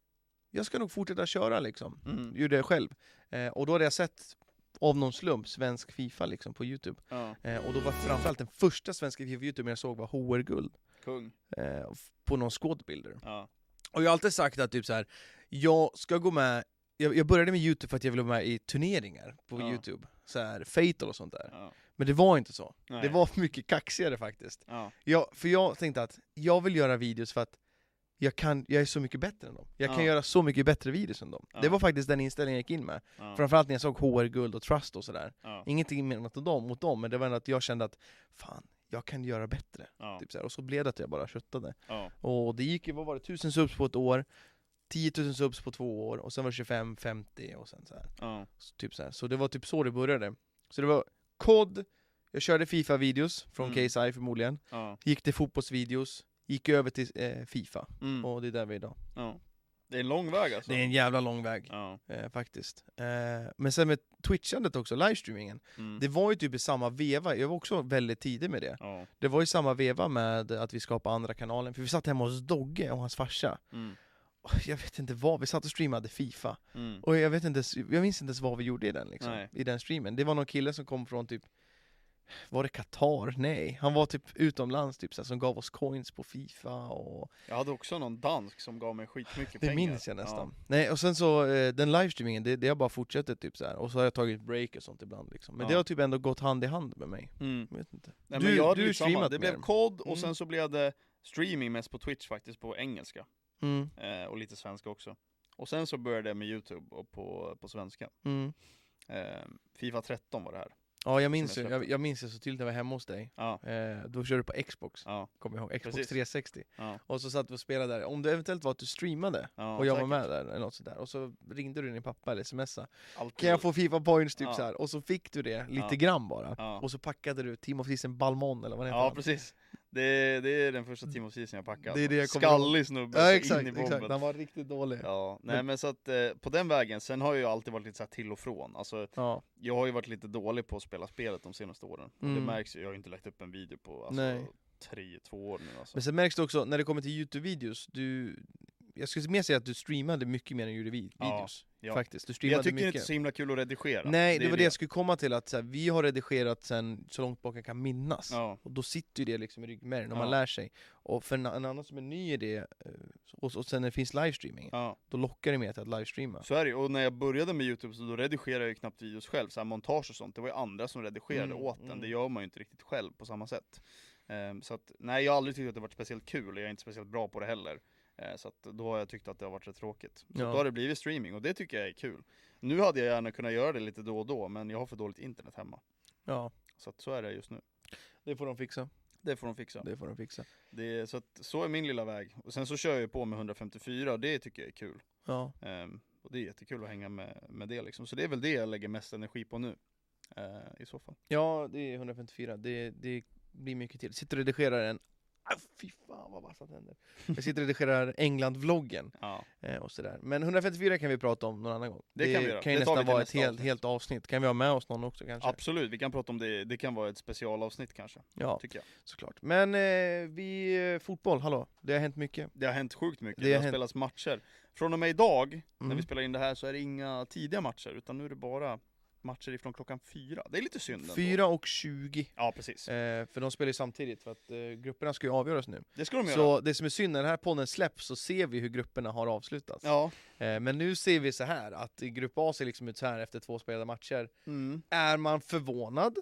jag ska nog fortsätta köra liksom. Mm. Gjorde det själv. Eh, och då hade jag sett av någon slump svensk FIFA liksom på YouTube. Ja. Eh, och då var framförallt den första svenska FIFA YouTube jag såg var H R-guld. Kung. Eh, f- på någon skådbilder. Ja. Och jag har alltid sagt att typ så här, jag ska gå med, jag, jag började med YouTube för att jag ville vara med i turneringar på Ja. YouTube. Så här, Fatal och sånt där. Ja. Men det var inte så. Nej. Det var mycket kaxigare faktiskt. Ja. Jag, för jag tänkte att jag vill göra videos för att jag, kan, jag är så mycket bättre än dem. Jag kan Ja. göra så mycket bättre videos än dem. Ja. Det var faktiskt den inställningen jag gick in med. Ja. Framförallt när jag såg H R-guld och Trust och sådär. Ja. Ingenting mer mot dem, mot dem, men det var ändå att jag kände att fan, jag kan göra bättre. Ja. Typ så här. Och så blev det att jag bara köttade. Ja. Och det gick ju, vad var det, tusen subs på ett år, tio tusen subs på två år, och sen var det tjugofem, femtio och sen så här. Ja. Så, typ så här. Så det var typ så det började. Så det var C O D, jag körde FIFA-videos från Mm. K S I förmodligen, Ja. gick till fotbollsvideos, gick över till eh, FIFA, Mm. och det är där vi är idag. Ja. Det är en lång väg alltså. Det är en jävla lång väg, Ja. eh, faktiskt. Eh, men sen med twitchandet också, livestreamingen, Mm. det var ju typ i samma veva, jag var också väldigt tidig med det. Ja. Det var i samma veva med att vi skapade andra kanalen, för vi satt hemma hos Dogge och hans farsa. Mm. Jag vet inte vad, vi satt och streamade FIFA. Mm. Och jag vet inte ens, jag minns inte ens vad vi gjorde i den liksom, Nej. i den streamen. Det var någon kille som kom från typ, var det Qatar? Nej, han var typ utomlands typ, så här, som gav oss coins på FIFA och Jag hade också någon dansk som gav mig skitmycket det pengar. minns jag nästan. Nej, och sen så, eh, den livestreamingen, det, det har bara fortsatt typ så här. Och så har jag tagit break och sånt ibland liksom. Men Ja. det har typ ändå gått hand i hand med mig. Ja. Mm. Jag vet inte. Nej, Du- men jag hade du ju samma. streamat Det mer. blev kod och Mm. sen så blev det streaming mest på Twitch faktiskt, på engelska. Mm, Eh, och lite svenska också. Och sen så började jag med YouTube och på, på svenska. mm. Eh, FIFA tretton var det här. Ja, jag minns jag ju, släppte. jag, jag minns det så tydligt när jag var hemma hos dig. Ja, Eh, då körde du på Xbox, ja, kommer jag ihåg. Xbox Precis. trehundrasextio. ja. Och så satt vi och spelade där. Om det eventuellt var att du streamade ja och jag var säkert. med där eller något sådär. Och så ringde du din pappa eller smsade. Alltid. Kan jag få FIFA points typ Ja. så här. Och så fick du det, lite Ja. grann bara. Ja. Och så packade du Team of Season Balmon eller vad det heter. Ja, han. precis. Det, det är den första Team of Season jag packat. Det är det jag kommer ihåg. Skallig snubbe, Ja så exakt, in i bomben. exakt. Den var riktigt dålig. Ja. Ja, nej men så att eh, på den vägen, sen har jag ju alltid varit lite så här till och från. Alltså, jag har ju varit lite dålig på att spela spelet de senaste åren. Och Mm. det märks ju, jag har ju inte lagt upp en video på alltså, Nej. tre, två år nu alltså. Men sen märks det också, när det kommer till YouTube-videos, du... Jag skulle mer säga att du streamade mycket mer än gjorde vi- Ja, videos. ja. Faktiskt, du Men streamade jag tycker mycket. inte det är så himla kul att redigera. Nej, det, är var det jag skulle komma till, att så här, vi har redigerat sen så långt bak jag kan minnas. Ja, Och då sitter ju det liksom i ryggmärgen när Ja. man lär sig. Och för en, en annan som är ny i det, eh, och, och sen när det finns livestreaming, ja. då lockar det med till att livestreama. Så är det ju. Och när jag började med YouTube så då redigerade jag ju knappt videos själv, så här montage och sånt, det var ju andra som redigerade Mm, åt den, mm. det gör man ju inte riktigt själv på samma sätt. Ehm, så att, nej jag har aldrig tyckt att det varit speciellt kul, och jag är inte speciellt bra på det heller. Ehm, så att då har jag tyckt att det har varit rätt tråkigt. Så Ja. då har det blivit streaming, och det tycker jag är kul. Nu hade jag gärna kunnat göra det lite då och då, men jag har för dåligt internet hemma. Ja, Så att så är det just nu. det får de fixa. Det får de fixa. Det får de fixa. Det, så, att, så är min lilla väg. Och sen så kör jag ju på med hundrafemtiofyra, och det tycker jag är kul. Ja. Ehm, och det är jättekul att hänga med, med det liksom. Så det är väl det jag lägger mest energi på nu. eh, I så fall. Ja, det är hundrafemtiofyra. Det, det blir mycket till. Jag sitter och redigerar en... Ah, fy fan vad vassat händer. Jag sitter och redigerar England-vloggen Ja. eh, och sådär. Men hundrafemtiofyra kan vi prata om någon annan gång. Det kan vi göra. kan ju Det tar vi nästan till vara ett nästa helt, avsnitt. helt avsnitt. Kan vi ha med oss någon också kanske? Absolut, vi kan prata om det. Det kan vara ett specialavsnitt kanske, Ja, tycker jag. såklart. Men eh, vi... eh, Fotboll, hallå. Det har hänt mycket. Det har hänt sjukt mycket. Det Det, har har hänt- spelats matcher. Från och med idag, när Mm. vi spelar in det här, så är det inga tidiga matcher, utan nu är det bara matcher ifrån klockan fyra. Det är lite synd ändå. fyra och tjugo. Ja, precis. Eh, för de spelar ju samtidigt, för att eh, grupperna ska ju avgöras nu. Det ska de göra. Så det som är synd, när den här podden släpps så ser vi hur grupperna har avslutats. Ja. Eh, men nu ser vi så här att i grupp A ser liksom ut så här efter två spelade matcher. Mm. Är man förvånad?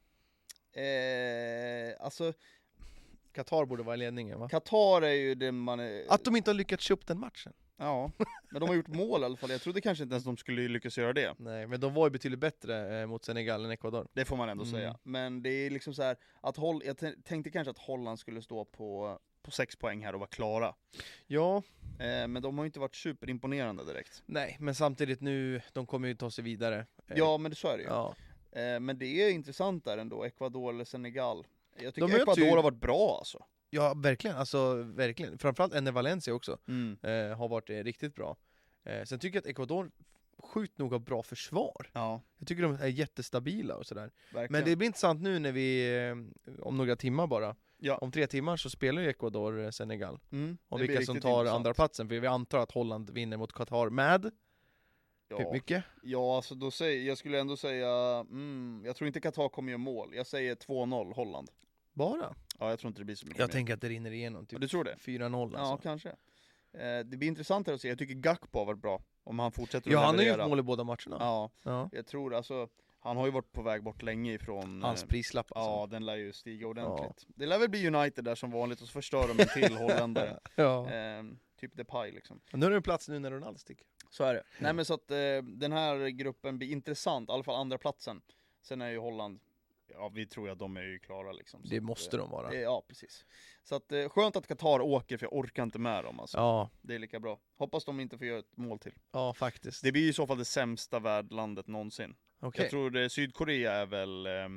Eh, alltså, Qatar borde vara i ledningen va? Qatar är ju det man är... Att de inte har lyckats köpa den matchen. Ja, men de har gjort mål i alla fall. Jag trodde kanske inte ens de skulle lyckas göra det. Nej, men de var ju betydligt bättre eh, mot Senegal än Ecuador. Det får man ändå Mm. säga. Men det är liksom så här att Holl- jag t- tänkte kanske att Holland skulle stå på, på sex poäng här och vara klara. Ja, Eh, men de har ju inte varit superimponerande direkt. nej, men samtidigt nu, de kommer ju ta sig vidare. Eh, Ja, men det så är det ju. ja. Eh, men det är intressant där ändå, Ecuador eller Senegal. Jag tycker De möter Ecuador ju- har varit bra alltså. Ja, verkligen. Alltså, verkligen. Framförallt Ender Valencia också Mm. eh, har varit eh, riktigt bra. Eh, sen tycker jag att Ecuador sjukt nog har bra försvar. Ja, Jag tycker de är jättestabila och sådär. verkligen. Men det blir intressant nu när vi, eh, om några timmar bara, Ja. om tre timmar så spelar ju Ecuador eh, Senegal. Mm, Och det blir vilka som riktigt tar intressant. andra platsen för vi antar att Holland vinner mot Qatar med hur Ja, mycket? ja alltså då säger, jag skulle ändå säga, mm, jag tror inte Qatar kommer göra mål. Jag säger två noll Holland. Bara? Ja, jag tror inte det blir så mycket Jag mer. tänker att det rinner igenom, Ja, typ du tror det? fyra noll Ja, alltså. kanske. Eh, det blir intressantare att se. Jag tycker Gakpo har varit bra. Om han fortsätter Ja, att han har leverera. gjort mål i båda matcherna. Ja, Ja. jag tror alltså, han har ju varit på väg bort länge ifrån... Hans eh, prislapp alltså. Ja, den lär ju stiga ordentligt. Det lär väl bli United där som vanligt och så förstör de en till holländare. Ja. Eh, typ Depay liksom. Och nu är det en plats nu när Ronaldo sticker. Så är det. Nej men så att eh, den här gruppen blir intressant, i alla fall andra platsen. Sen är ju Holland, ja vi tror ju att de är ju klara liksom. Så Det att, måste eh, de vara. eh, Ja, precis. Så att eh, skönt att Qatar åker för jag orkar inte med dem alltså. Ja, Det är lika bra. Hoppas de inte får göra ett mål till. ja faktiskt. Det blir ju i så fall det sämsta värdlandet någonsin. Okej. Jag tror det, Sydkorea är väl ehm,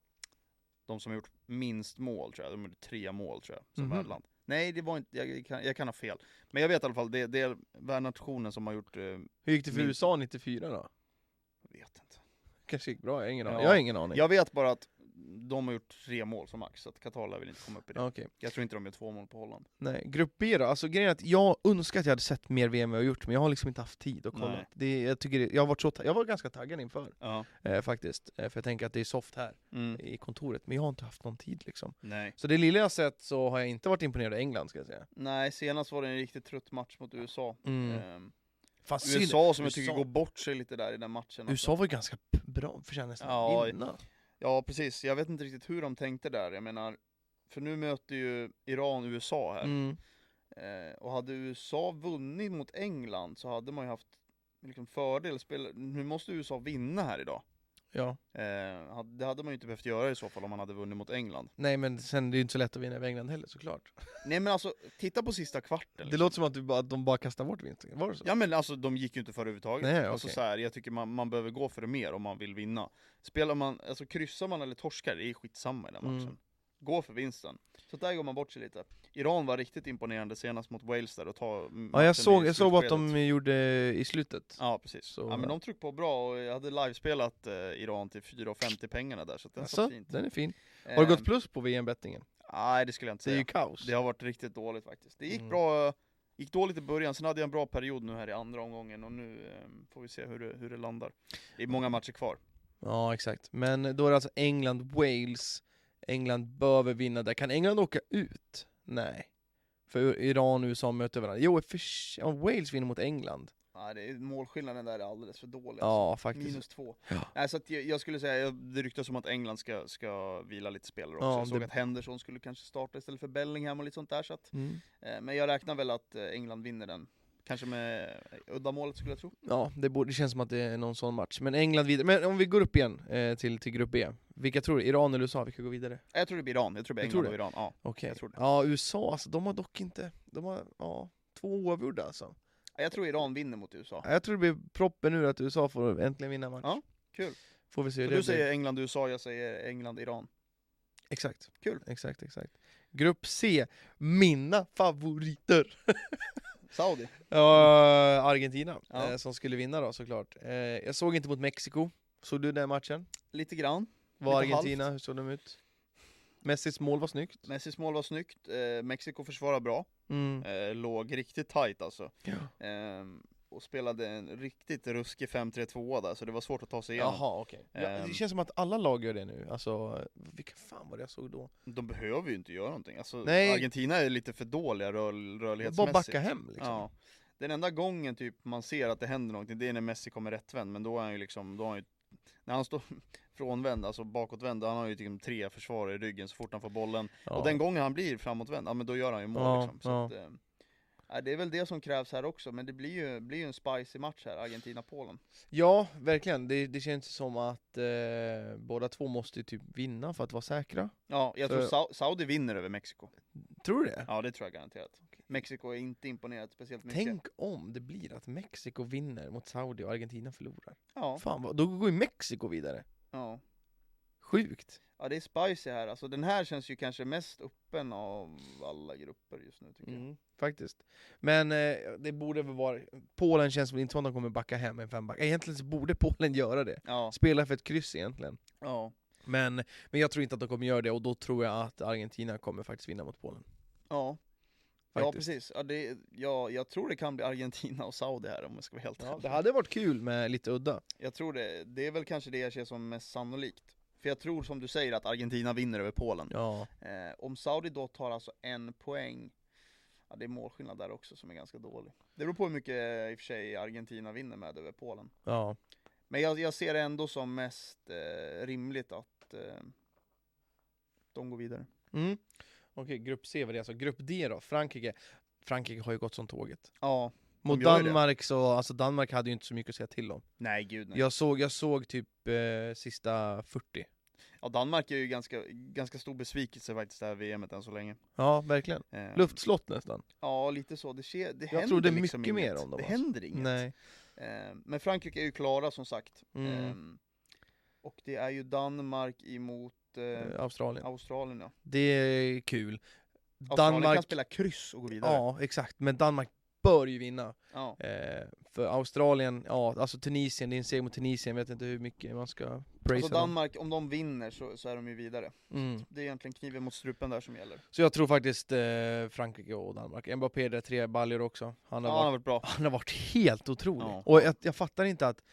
de som har gjort minst mål tror jag. De har gjort tre mål tror jag som Mhm. värdland. Nej, det var inte, jag kan, jag kan ha fel. Men jag vet i alla fall, det, det är värdnationen som har gjort, eh, Hur gick det för Min- U S A nittiofyra då? jag vet inte. Kanske gick bra, jag har ingen aning. Ja. Jag har ingen aning. Jag vet bara att de har gjort tre mål som max, så att Qatar lär väl inte komma upp i det. Ja, okej. Jag tror inte de gör två mål på Holland. Nej, grupp B då, alltså grejen är att jag önskar att jag hade sett mer V M än vad jag har gjort, men jag har liksom inte haft tid att kolla. Nej. Det, jag, tycker det, jag, har varit så, ta- jag var ganska taggad inför, Ja. eh, faktiskt. Eh, för jag tänker att det är soft här Mm. i kontoret, men jag har inte haft någon tid liksom. Nej. Så det lilla jag sett så har jag inte varit imponerad av England, ska jag säga. Nej, senast var det en riktigt trött match mot U S A. Mm. Ehm, Fan, synd. U S A som jag U S A tycker går bort sig lite där i den matchen. U S A var ju ganska p- bra, förtjänar nästan Ja, vinna. Ja, precis. Jag vet inte riktigt hur de tänkte där. Jag menar, för nu möter ju Iran U S A här. Mm. Eh, och hade U S A vunnit mot England så hade man ju haft liksom fördel. Spela, nu måste U S A vinna här idag. Ja. Eh, hade- det hade man ju inte behövt göra i så fall om man hade vunnit mot England. Nej, men sen det är ju inte så lätt att vinna över England heller, såklart. Nej men alltså, titta på sista kvarten. Det liksom. låter som att, du bara, att de bara kastar bort vinsten, var det så? Ja men alltså de gick ju inte för överhuvudtaget. Nej, Alltså, okej. så här, jag tycker man, man behöver gå för det mer om man vill vinna. Spelar man, alltså kryssar man eller torskar, det är skitsamma i den matchen. Mm. Gå för vinsten. Så där går man bort sig lite. Iran var riktigt imponerande senast mot Wales där och ta Ja, matchen jag såg, i jag såg vad slutspelet. de gjorde i slutet. Ja precis. Så- Ja men de tryckte på bra och jag hade livespelat eh, Iran till fyra femtio pengarna där så att den Alltså, satt fint. den är fin. Har Eh, du gått plus på V M-bettingen? Nej det skulle jag inte Det är säga. ju kaos. Det har varit riktigt dåligt faktiskt. Det gick Mm. bra, gick dåligt i början, sen hade jag en bra period nu här i andra omgången och nu eh, får vi se hur det, hur det landar. Det är många matcher kvar. Ja, exakt. Men då är det alltså England-Wales. England behöver vinna där. Kan England åka ut? Nej. För Iran och U S A möter varandra. Jo, för ja, Wales vinner mot England. Nej, det är, målskillnaden där är alldeles för dålig. Ja, alltså. faktiskt. Minus två. Ja. Nej, så att jag, jag skulle säga, jag- det ryktas om att England ska, ska vila lite spelare också. Ja, jag såg det- att Henderson skulle kanske starta istället för Bellingham och lite sånt där. Så att, Mm. eh, men jag räknar väl att eh, England vinner den. Kanske med eh, uddamålet skulle jag tro. Ja, det, borde, det känns som att det är någon sån match. Men England vidare. Men om vi går upp igen eh, till, till grupp B. Vilka tror du? Iran eller U S A? Vilka går vidare? Jag tror det blir Iran, jag tror det blir Du tror England och det? Iran. Ja. Okej. Jag tror det. Ja, U S A, alltså, de har dock inte... De har ja, två oavgjorda alltså. Jag tror Iran vinner mot U S A. Ja, jag tror det blir proppen nu att U S A får äntligen vinna match. Ja, kul. Får vi se Så hur du det blir. säger England, U S A, jag säger England, Iran. Exakt. Kul. Exakt, exakt. Grupp C, mina favoriter. Saudi. Ja, Argentina, Ja. eh, som skulle vinna då såklart. Eh, jag såg inte mot Mexiko. Såg du den matchen? Lite grann. Var Lite Argentina, halvt. hur såg de ut? Messis mål var snyggt. Messis mål var snyggt, eh, Mexiko försvarar bra. Mm. Eh, låg riktigt tight alltså. Ja. Ehm, och spelade en riktigt ruskig fem tre två där, så det var svårt att ta sig igenom. Jaha, okej. Ja, det Ehm. känns som att alla lag gör det nu. Alltså, vilka fan var det jag såg då? De behöver ju inte göra någonting. Alltså, Nej. Argentina är lite för dåliga rör, Bara rörlighetsmässigt. backa hem liksom. Ja. Den enda gången typ man ser att det händer någonting, det är när Messi kommer rättvänd, men då är han ju liksom, då har han ju, när han står frånvänd, alltså bakåtvänd, han har ju liksom tre försvarare i ryggen så fort han får bollen. Ja. Och den gången han blir framåtvänd, ja men då gör han ju mål Ja, liksom. Så ja. att, eh, ja, det är väl det som krävs här också, men det blir ju, blir ju en spicy match här, Argentina-Polen. Ja, verkligen. Det, det känns som att eh, båda två måste ju typ vinna för att vara säkra. Ja, jag För- tror Sau- Saudi vinner över Mexiko. Tror du det? Ja, det tror jag garanterat. Mexiko är inte imponerat speciellt mycket. Tänk om det blir att Mexiko vinner mot Saudi och Argentina förlorar. Ja, Fan, vad, då går ju Mexiko vidare. ja. Sjukt. Ja, det är spicy här. Alltså den här känns ju kanske mest öppen av alla grupper just nu tycker jag. Mm, faktiskt. Men eh, det borde väl vara... Polen känns väl inte som att de kommer backa hem en femback. Egentligen så borde Polen göra det. Ja, Spela för ett kryss egentligen. ja, Men, men jag tror inte att de kommer göra det, och då tror jag att Argentina kommer faktiskt vinna mot Polen. ja. Ja, Faktiskt. precis. Ja, det, ja, jag tror det kan bli Argentina och Saudi här om jag ska vara helt Ja, ärlig. det hade varit kul med lite udda. Jag tror det. Det är väl kanske det jag ser som mest sannolikt. För jag tror som du säger att Argentina vinner över Polen. Ja. Eh, om Saudi då tar alltså en poäng, ja, det är målskillnad där också som är ganska dålig. Det beror på hur mycket eh, i och för sig Argentina vinner med över Polen. Ja. Men jag, jag ser det ändå som mest eh, rimligt att eh, de går vidare. Mm. Okej, grupp C var det alltså. Grupp D då, Frankrike. Frankrike har ju gått som tåget. Ja, Mot gör ju det. Danmark så, alltså Danmark hade ju inte så mycket att säga till om. nej gud nej. Jag såg, jag såg typ eh, sista fyrtio. Ja, Danmark är ju ganska, ganska stor besvikelse faktiskt det här V M:et än så länge. Ja, verkligen. Eh, Luftslott nästan. Ja, lite så. Det, sker, det Jag händer tror det är liksom mycket inget. mer om dem, Det alltså. händer inget. Nej. Eh, men Frankrike är ju klara som sagt. Mm. Eh, och det är ju Danmark emot eh, Eh, Australien. Australien ja. Det är kul. Australien Danmark... kan spela kryss och gå vidare. Ja, exakt. Men Danmark bör ju vinna. Ja. Eh, för Australien, ja, alltså Tunisien, det är en seger mot Tunisien, vet inte hur mycket man ska praisa Alltså Danmark, om de vinner så, så är de ju vidare. dem. Mm. Det är egentligen kniven mot strupen där som gäller. Så jag tror faktiskt eh, Frankrike och Danmark. Mbappé där, tre baljor också. Han har, Ja, han har varit, varit bra. han har varit helt otrolig. Ja. Och jag, jag fattar inte att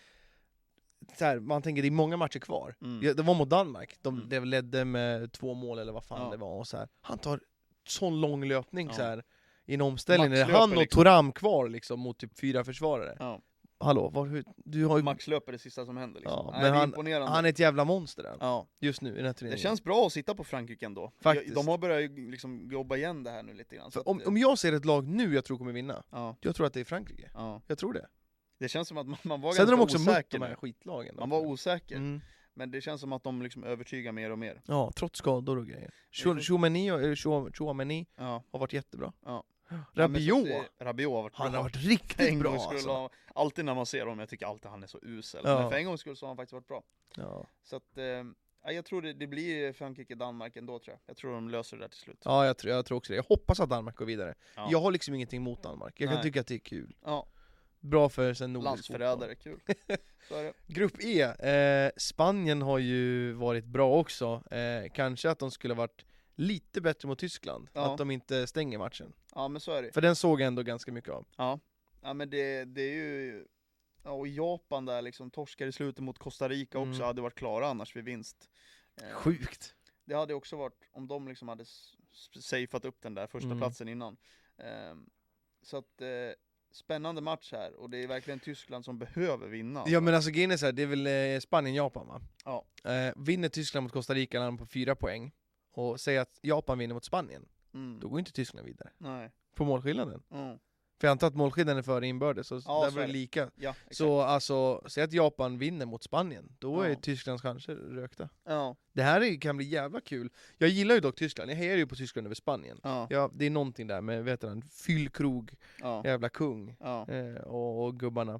så här, man tänker det är många matcher kvar. Mm. Ja, det var mot Danmark, de, Mm. de ledde med två mål eller vad fan Ja. det var. Och så här. Han tar sån lång löpning Ja. så här, i en omställning. Det är Maxlöper han och liksom. Thuram kvar liksom, mot typ fyra försvarare. Ja. Hallå, var, hur, du har ju, Max löper det sista som händer liksom. Ja, Nej, men det är han- imponerande. han är ett jävla monster där, Ja. just nu i den här Det turneringen. känns bra att sitta på Frankrike ändå. Faktiskt. De har börjat ju liksom jobba igen det här nu lite grann. så För att, om, eh, om jag ser ett lag nu jag tror kommer vinna, ja, jag tror att det är Frankrike. ja. Jag tror det. Det känns som att man, man var Sen har de också ganska mött osäker de här nu. skitlagen. Man var osäker. mm. Men det känns som att de liksom övertygar mer och mer. Ja, trots skador och grejer. får- Chouameni Chouameni Ja. har varit jättebra. Ja. Rabiot, Ja, men så att det- Rabiot har varit han bra. har varit För riktigt en bra gångs skull alltså. har- Alltid när man ser honom, jag tycker alltid han är så usel. Ja. Men för en gångs skull så har han faktiskt varit bra. Ja. Så att, eh, ja, jag tror det, det blir Frankrike-Danmark ändå tror jag. Jag tror de löser det där till slut. Ja, jag tror, jag tror också det. Jag hoppas att Danmark går vidare. Ja. Jag har liksom ingenting mot Danmark. Jag kan Nej. tycka att det är kul. Ja, Bra för sen nordisk landsförrädare, kul. Så är det. Grupp E, eh, Spanien har ju varit bra också. Eh, kanske att de skulle varit lite bättre mot Tyskland. Ja. Att de inte stänger matchen. Ja, men så är det. För den såg jag ändå ganska mycket av. Ja, ja men det, det är ju... Ja, och Japan där liksom, torskar i slutet mot Costa Rica också, Mm. hade varit klara annars vid vinst. Eh, Sjukt. Det hade också varit, om de liksom hade s- s- safeat upp den där första Mm. platsen innan. Ehm, så att, eh, spännande match här, och det är verkligen Tyskland som behöver vinna. Ja alltså. men alltså grejen är så här, det är väl eh, Spanien-Japan va? Ja. Eh, vinner Tyskland mot Costa Rica landar på fyra poäng. Och säger att Japan vinner mot Spanien. Mm. Då går inte Tyskland vidare. Nej. På målskillnaden. Mm. För jag antar att målskillnaden är före inbördes, så Ja, där så var är det det. lika. Ja, exakt. Så alltså, säg att Japan vinner mot Spanien, då Ja. är Tysklands chanser rökta. Ja. Det här är, kan bli jävla kul. Jag gillar ju dock Tyskland, jag hejar ju på Tyskland över Spanien. Ja. Ja, det är någonting där med, vet du, en fyllkrog, Ja. jävla kung, Ja. eh, och, och gubbarna.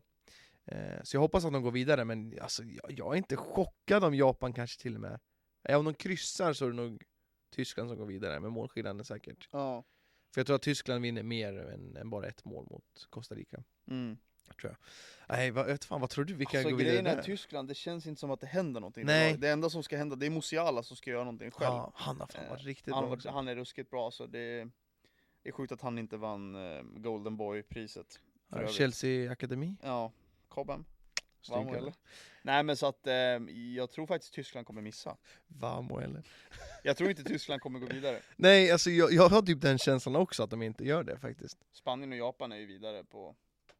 Eh, så jag hoppas att de går vidare, men alltså, jag, jag är inte chockad om Japan kanske till och med. Ja, om de kryssar så är det nog Tyskland som går vidare, med målskillnaden säkert. Ja. För jag tror att Tyskland vinner mer än, än bara ett mål mot Costa Rica. Mm. Nej, vad, vet fan, vad tror du? Vilka Alltså går vidare grejen är där? att Tyskland, det känns inte som att det händer någonting. Nej. Det enda som ska hända, det är Musiala som ska göra någonting själv. Ja, han har fan Eh, varit riktigt han, bra var- också. han är ruskigt bra, så det, det är sjukt att han inte vann eh, Golden Boy-priset. för Ja, övrigt. Chelsea Akademi. Ja, Cobham. Stryker Vamo, den. eller? Nej men så att eh, jag tror faktiskt Tyskland kommer missa. Vamo eller? Jag tror inte Tyskland kommer gå vidare. Nej, alltså jag, jag har typ den känslan också att de inte gör det faktiskt. Spanien och Japan är ju vidare på,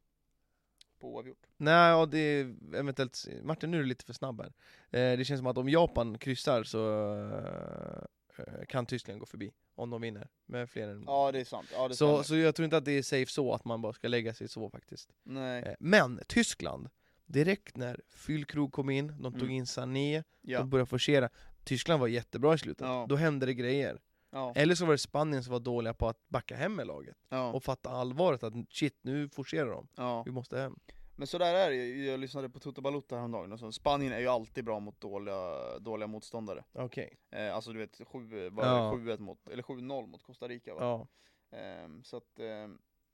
på oavgjort. Nej, ja, det är eventuellt... Martin, nu är du lite för snabb här. Eh, det känns som att om Japan kryssar så eh, kan Tyskland gå förbi. Om de vinner med fler än... Ja det är sant. Ja, det så, stämmer. så jag tror inte att det är safe så att man bara ska lägga sig så faktiskt. Nej. Eh, men Tyskland, direkt när Füllkrug kom in, de tog Mm. in Sané, Ja. de började forcera. Tyskland var jättebra i slutet. Ja. Då hände det grejer. Ja. Eller så var det Spanien som var dåliga på att backa hem med laget. Ja. Och fatta allvaret att shit, nu forcerar de. Ja. Vi måste hem. Men så där är det ju. Jag lyssnade på Toto Balotto häromdagen och så Spanien är ju alltid bra mot dåliga, dåliga motståndare. Okej. Eh, alltså du vet, sju, var Ja. det sju ett mot, eller sju noll mot Costa Rica va? Ja. Eh, så att eh,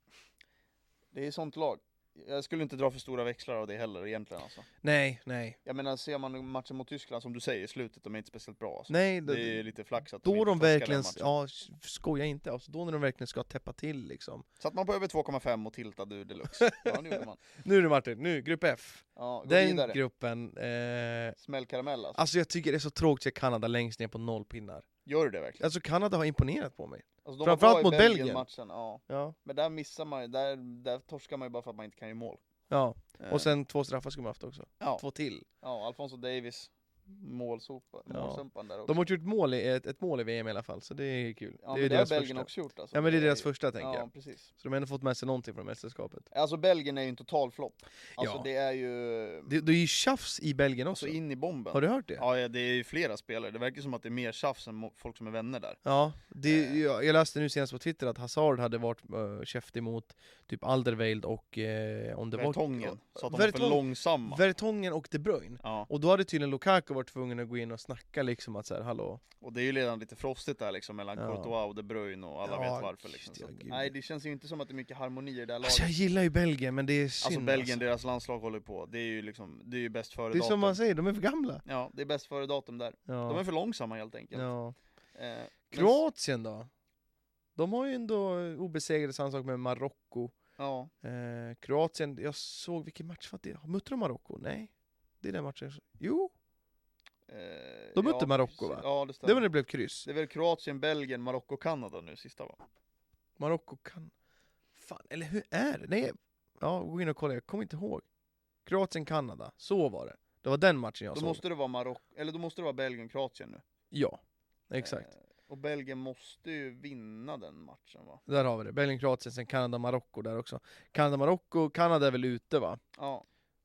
det är sånt lag. Jag skulle inte dra för stora växlar av det heller egentligen alltså. Nej, nej. Jag menar, ser man matchen mot Tyskland som du säger i slutet, de är inte speciellt bra alltså. Nej, Det det, är lite flax att då inte de torskar den verkligen, matchen. ja, skoja inte, alltså, då när de verkligen ska täppa till liksom. Satt man på över två komma fem och tiltade ur deluxe. Ja, nu gjorde man. Nu är det Martin, nu, grupp F. Ja, gå Den vidare. gruppen, eh, Smällkaramell alltså. alltså jag tycker det är så tråkigt att se Kanada längst ner på noll pinnar. Gör du det verkligen? Alltså Kanada har imponerat på mig. Alltså, de framförallt var bra i mot Belgien. Matchen, ja. Ja. Men där missar man ju, där, där torskar man ju bara för att man inte kan göra mål. Ja, Eh, och sen två straffar skulle man haft också. ja, Två till. ja, Alfonso Davis, målsopa, Ja. målsumpan där också. De har gjort mål i, ett, ett mål i V M i alla fall, så det är kul. ja, det är men det har deras Belgien första. också gjort alltså. Ja men det är deras första tänker Ja, jag. precis. Så de har ändå fått med sig någonting från mästerskapet. Alltså Belgien är ju en total flopp. Alltså Ja. det är ju... Det, det är ju tjafs i Belgien också. Alltså in i bomben. Har du hört det? Ja, ja, det är ju flera spelare. Det verkar som att det är mer tjafs än mo- folk som är vänner där. Ja, det, Eh. jag, jag läste nu senast på Twitter att Hazard hade varit uh, käftig mot typ Alderweireld och uh, om det Vertongen, var... så att de var för Vertong- långsamma. Vertongen och De Bruyne. Ja, Och då hade tydligen Lukaku varit tvungen att gå in och snacka liksom att så här, hallå. och det är ju redan lite frostigt där liksom mellan Ja. Courtois och De Bruyne och alla Ja, vet varför liksom. ja, Så att, gud. nej, det känns ju inte som att det är mycket harmoni i det där laget. Alltså jag gillar ju Belgien men det är synd Alltså Belgien, alltså. deras landslag håller på. Det är ju liksom, det är ju bäst före Det är datum. som man säger, de är för gamla. Ja, det är bäst före datum där. Ja. De är för långsamma helt enkelt. ja. Eh, men- Kroatien då? De har ju ändå obesegrade sammansak med Marocko. Ja, Eh, Kroatien, jag såg vilken match var det? Mötte de Marocko? Nej. Det är den matchen. Jo, eh, de mötte ja, Marocko va? Ja, det Det stämmer. var när det blev kryss. Det är väl Kroatien, Belgien, Marocko, Kanada nu sista va? Marocko kan... Fan, eller hur är det? Nej, ja, gå in och kolla, jag kommer inte ihåg. Kroatien, Kanada, så var det. Det var den matchen jag Då såg. måste det vara Marocko, eller då måste det vara Belgien, Kroatien nu. Ja, exakt. Eh, och Belgien måste ju vinna den matchen va? Där har vi det. Belgien, Kroatien, sen Kanada, Marocko där också. Kanada, Marocko, Kanada är väl ute va? Ja,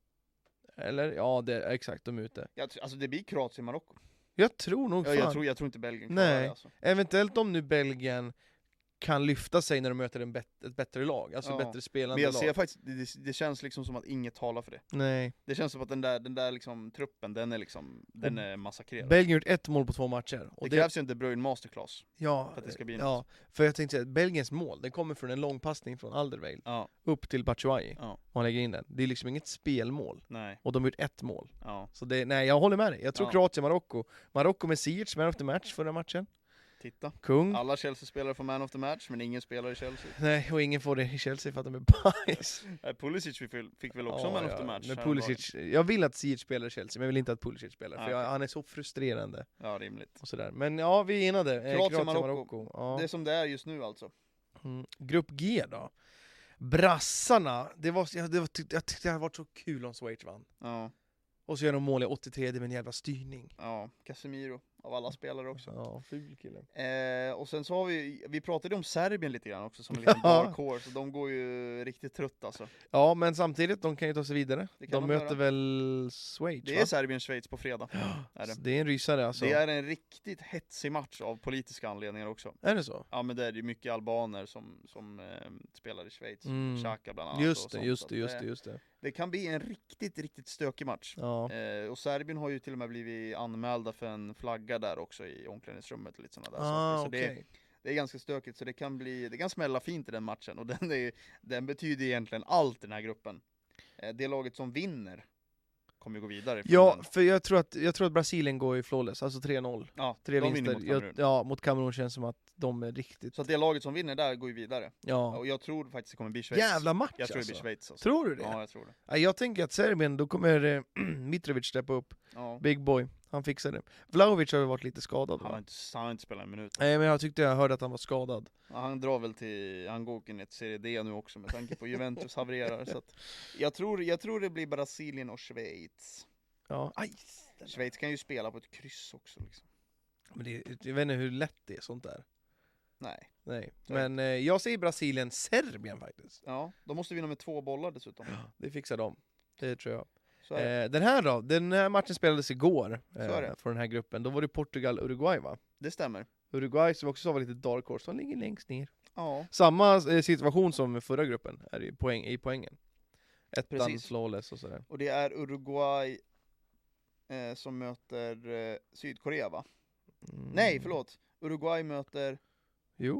Eller? Ja, det är exakt, de är ute. jag, tr- alltså det blir Kroatien, Marocko. Jag tror nog Ja, fan. jag, tror, jag tror inte Belgien klarar Nej. det alltså. Eventuellt om nu Belgien kan lyfta sig när de möter en bet- ett bättre lag, alltså Ja. bättre spelande Men jag lag. ser faktiskt, det, det, det känns liksom som att inget talar för det. Nej. Det känns som att den där, den där liksom, truppen, den är liksom, den är massakrerad. Belgien har gjort ett mål på två matcher. Och det krävs ju en De Bruyne masterclass. ja, för att det ska bli ja, för jag tänkte säga att Belgiens mål, den kommer från en lång passning från Alderweireld Ja, upp till Batshuayi. ja, Och han lägger in den. Det är liksom inget spelmål. nej, Och de har gjort ett mål. ja, Så det, nej, jag håller med dig. Jag tror Ja. Kroatien, Marocko. Marocko med Ziyech, man of the match förra matchen. titta. Kung. Alla Chelsea-spelare får man of the match, men ingen spelar i Chelsea. Nej, och ingen får det i Chelsea för att de är bajs. Nej, Pulisic fick, väl- fick väl också Ja, man of ja. the match. Men häromdagen. Pulisic, jag vill att Ziyech spelar i Chelsea, men jag vill inte att Pulisic spelar. Ah, För jag, okej. han är så frustrerande. Ja, rimligt. Och sådär. Men ja, vi enade. Eh, Kroatien, Kroatien, Marocko. Marocko. Ja. Det är som det är just nu alltså. Mm. Grupp G då? Brassarna, det var, jag, det var, jag tyckte det hade varit så kul om Schweiz vann. Ja, Och så gör de mål i åttiotre med en jävla styrning. ja, Casemiro av alla spelare också. Ja, ful kille. Eh, och sen så har vi, vi pratade om Serbien lite grann också som en liten Ja. dark horse, så de går ju riktigt trött alltså. Ja, men samtidigt, de kan ju ta sig vidare. Det kan De de möter göra. väl Schweiz, Det va? är Serbien-Schweiz på fredag. Är det. Så det är en rysare alltså. Det är en riktigt hetsig match av politiska anledningar också. Är det så? Ja, men det är ju mycket albaner som, som eh, spelar i Schweiz. Mm. Xhaka bland annat. Just och det, sånt. just Så det, att just det, just det. Det kan bli en riktigt, riktigt stökig match. Ja. Eh, och Serbien har ju till och med blivit anmälda för en flagga där också i omklädningsrummet och lite sådana där Ah, saker. Så det, okej. det är ganska stökigt, så det kan bli, det kan smälla fint i den matchen. Och den, är, den betyder egentligen allt i den här gruppen. Eh, det laget som vinner kommer ju gå vidare. från Ja, den. för jag tror, att, jag tror att Brasilien går i flawless, alltså tre noll. ja Tre de vinner vinster. mot Jag, Kamerun. ja, mot Kamerun känns som att de är riktigt... Så att det laget som vinner där går ju vidare. Ja. Och jag tror faktiskt det kommer bli Schweiz. Jävla match Jag tror det alltså. blir Schweiz alltså. Tror du det? Ja, jag tror det. Ja, jag tänker att Serbien, då kommer eh, Mitrovic steppa upp. Ja. Big boy, han fixar det. Vlahovic har ju varit lite skadad Han har va? inte, han har inte spelat en minut. Nej, men jag tyckte jag hörde att han var skadad. Ja, han drar väl till, han går in i ett Serie D nu också med tanke på Juventus havererar. Så att jag, tror, jag tror det blir Brasilien och Schweiz. Ja, aj. Schweiz kan ju spela på ett kryss också liksom. Men det, jag vet inte hur lätt det är sånt där. Nej. Nej, Så. men eh, jag säger Brasilien, Serbien faktiskt. Ja, de måste vinna med två bollar dessutom. Det fixar de. Det tror jag. Så är det. Eh, den här då, den här matchen spelades igår är det. eh, för den här gruppen. Då var det Portugal-Uruguay va? Det stämmer. Uruguay som också sa var lite dark horse, de ligger längst ner. Ja. Samma eh, situation som förra gruppen är i, poäng, i poängen. Ettan Precis. flawless och sådär. Och det är Uruguay eh, som möter eh, Sydkorea, va? Mm. Nej, förlåt. Uruguay möter... Jo.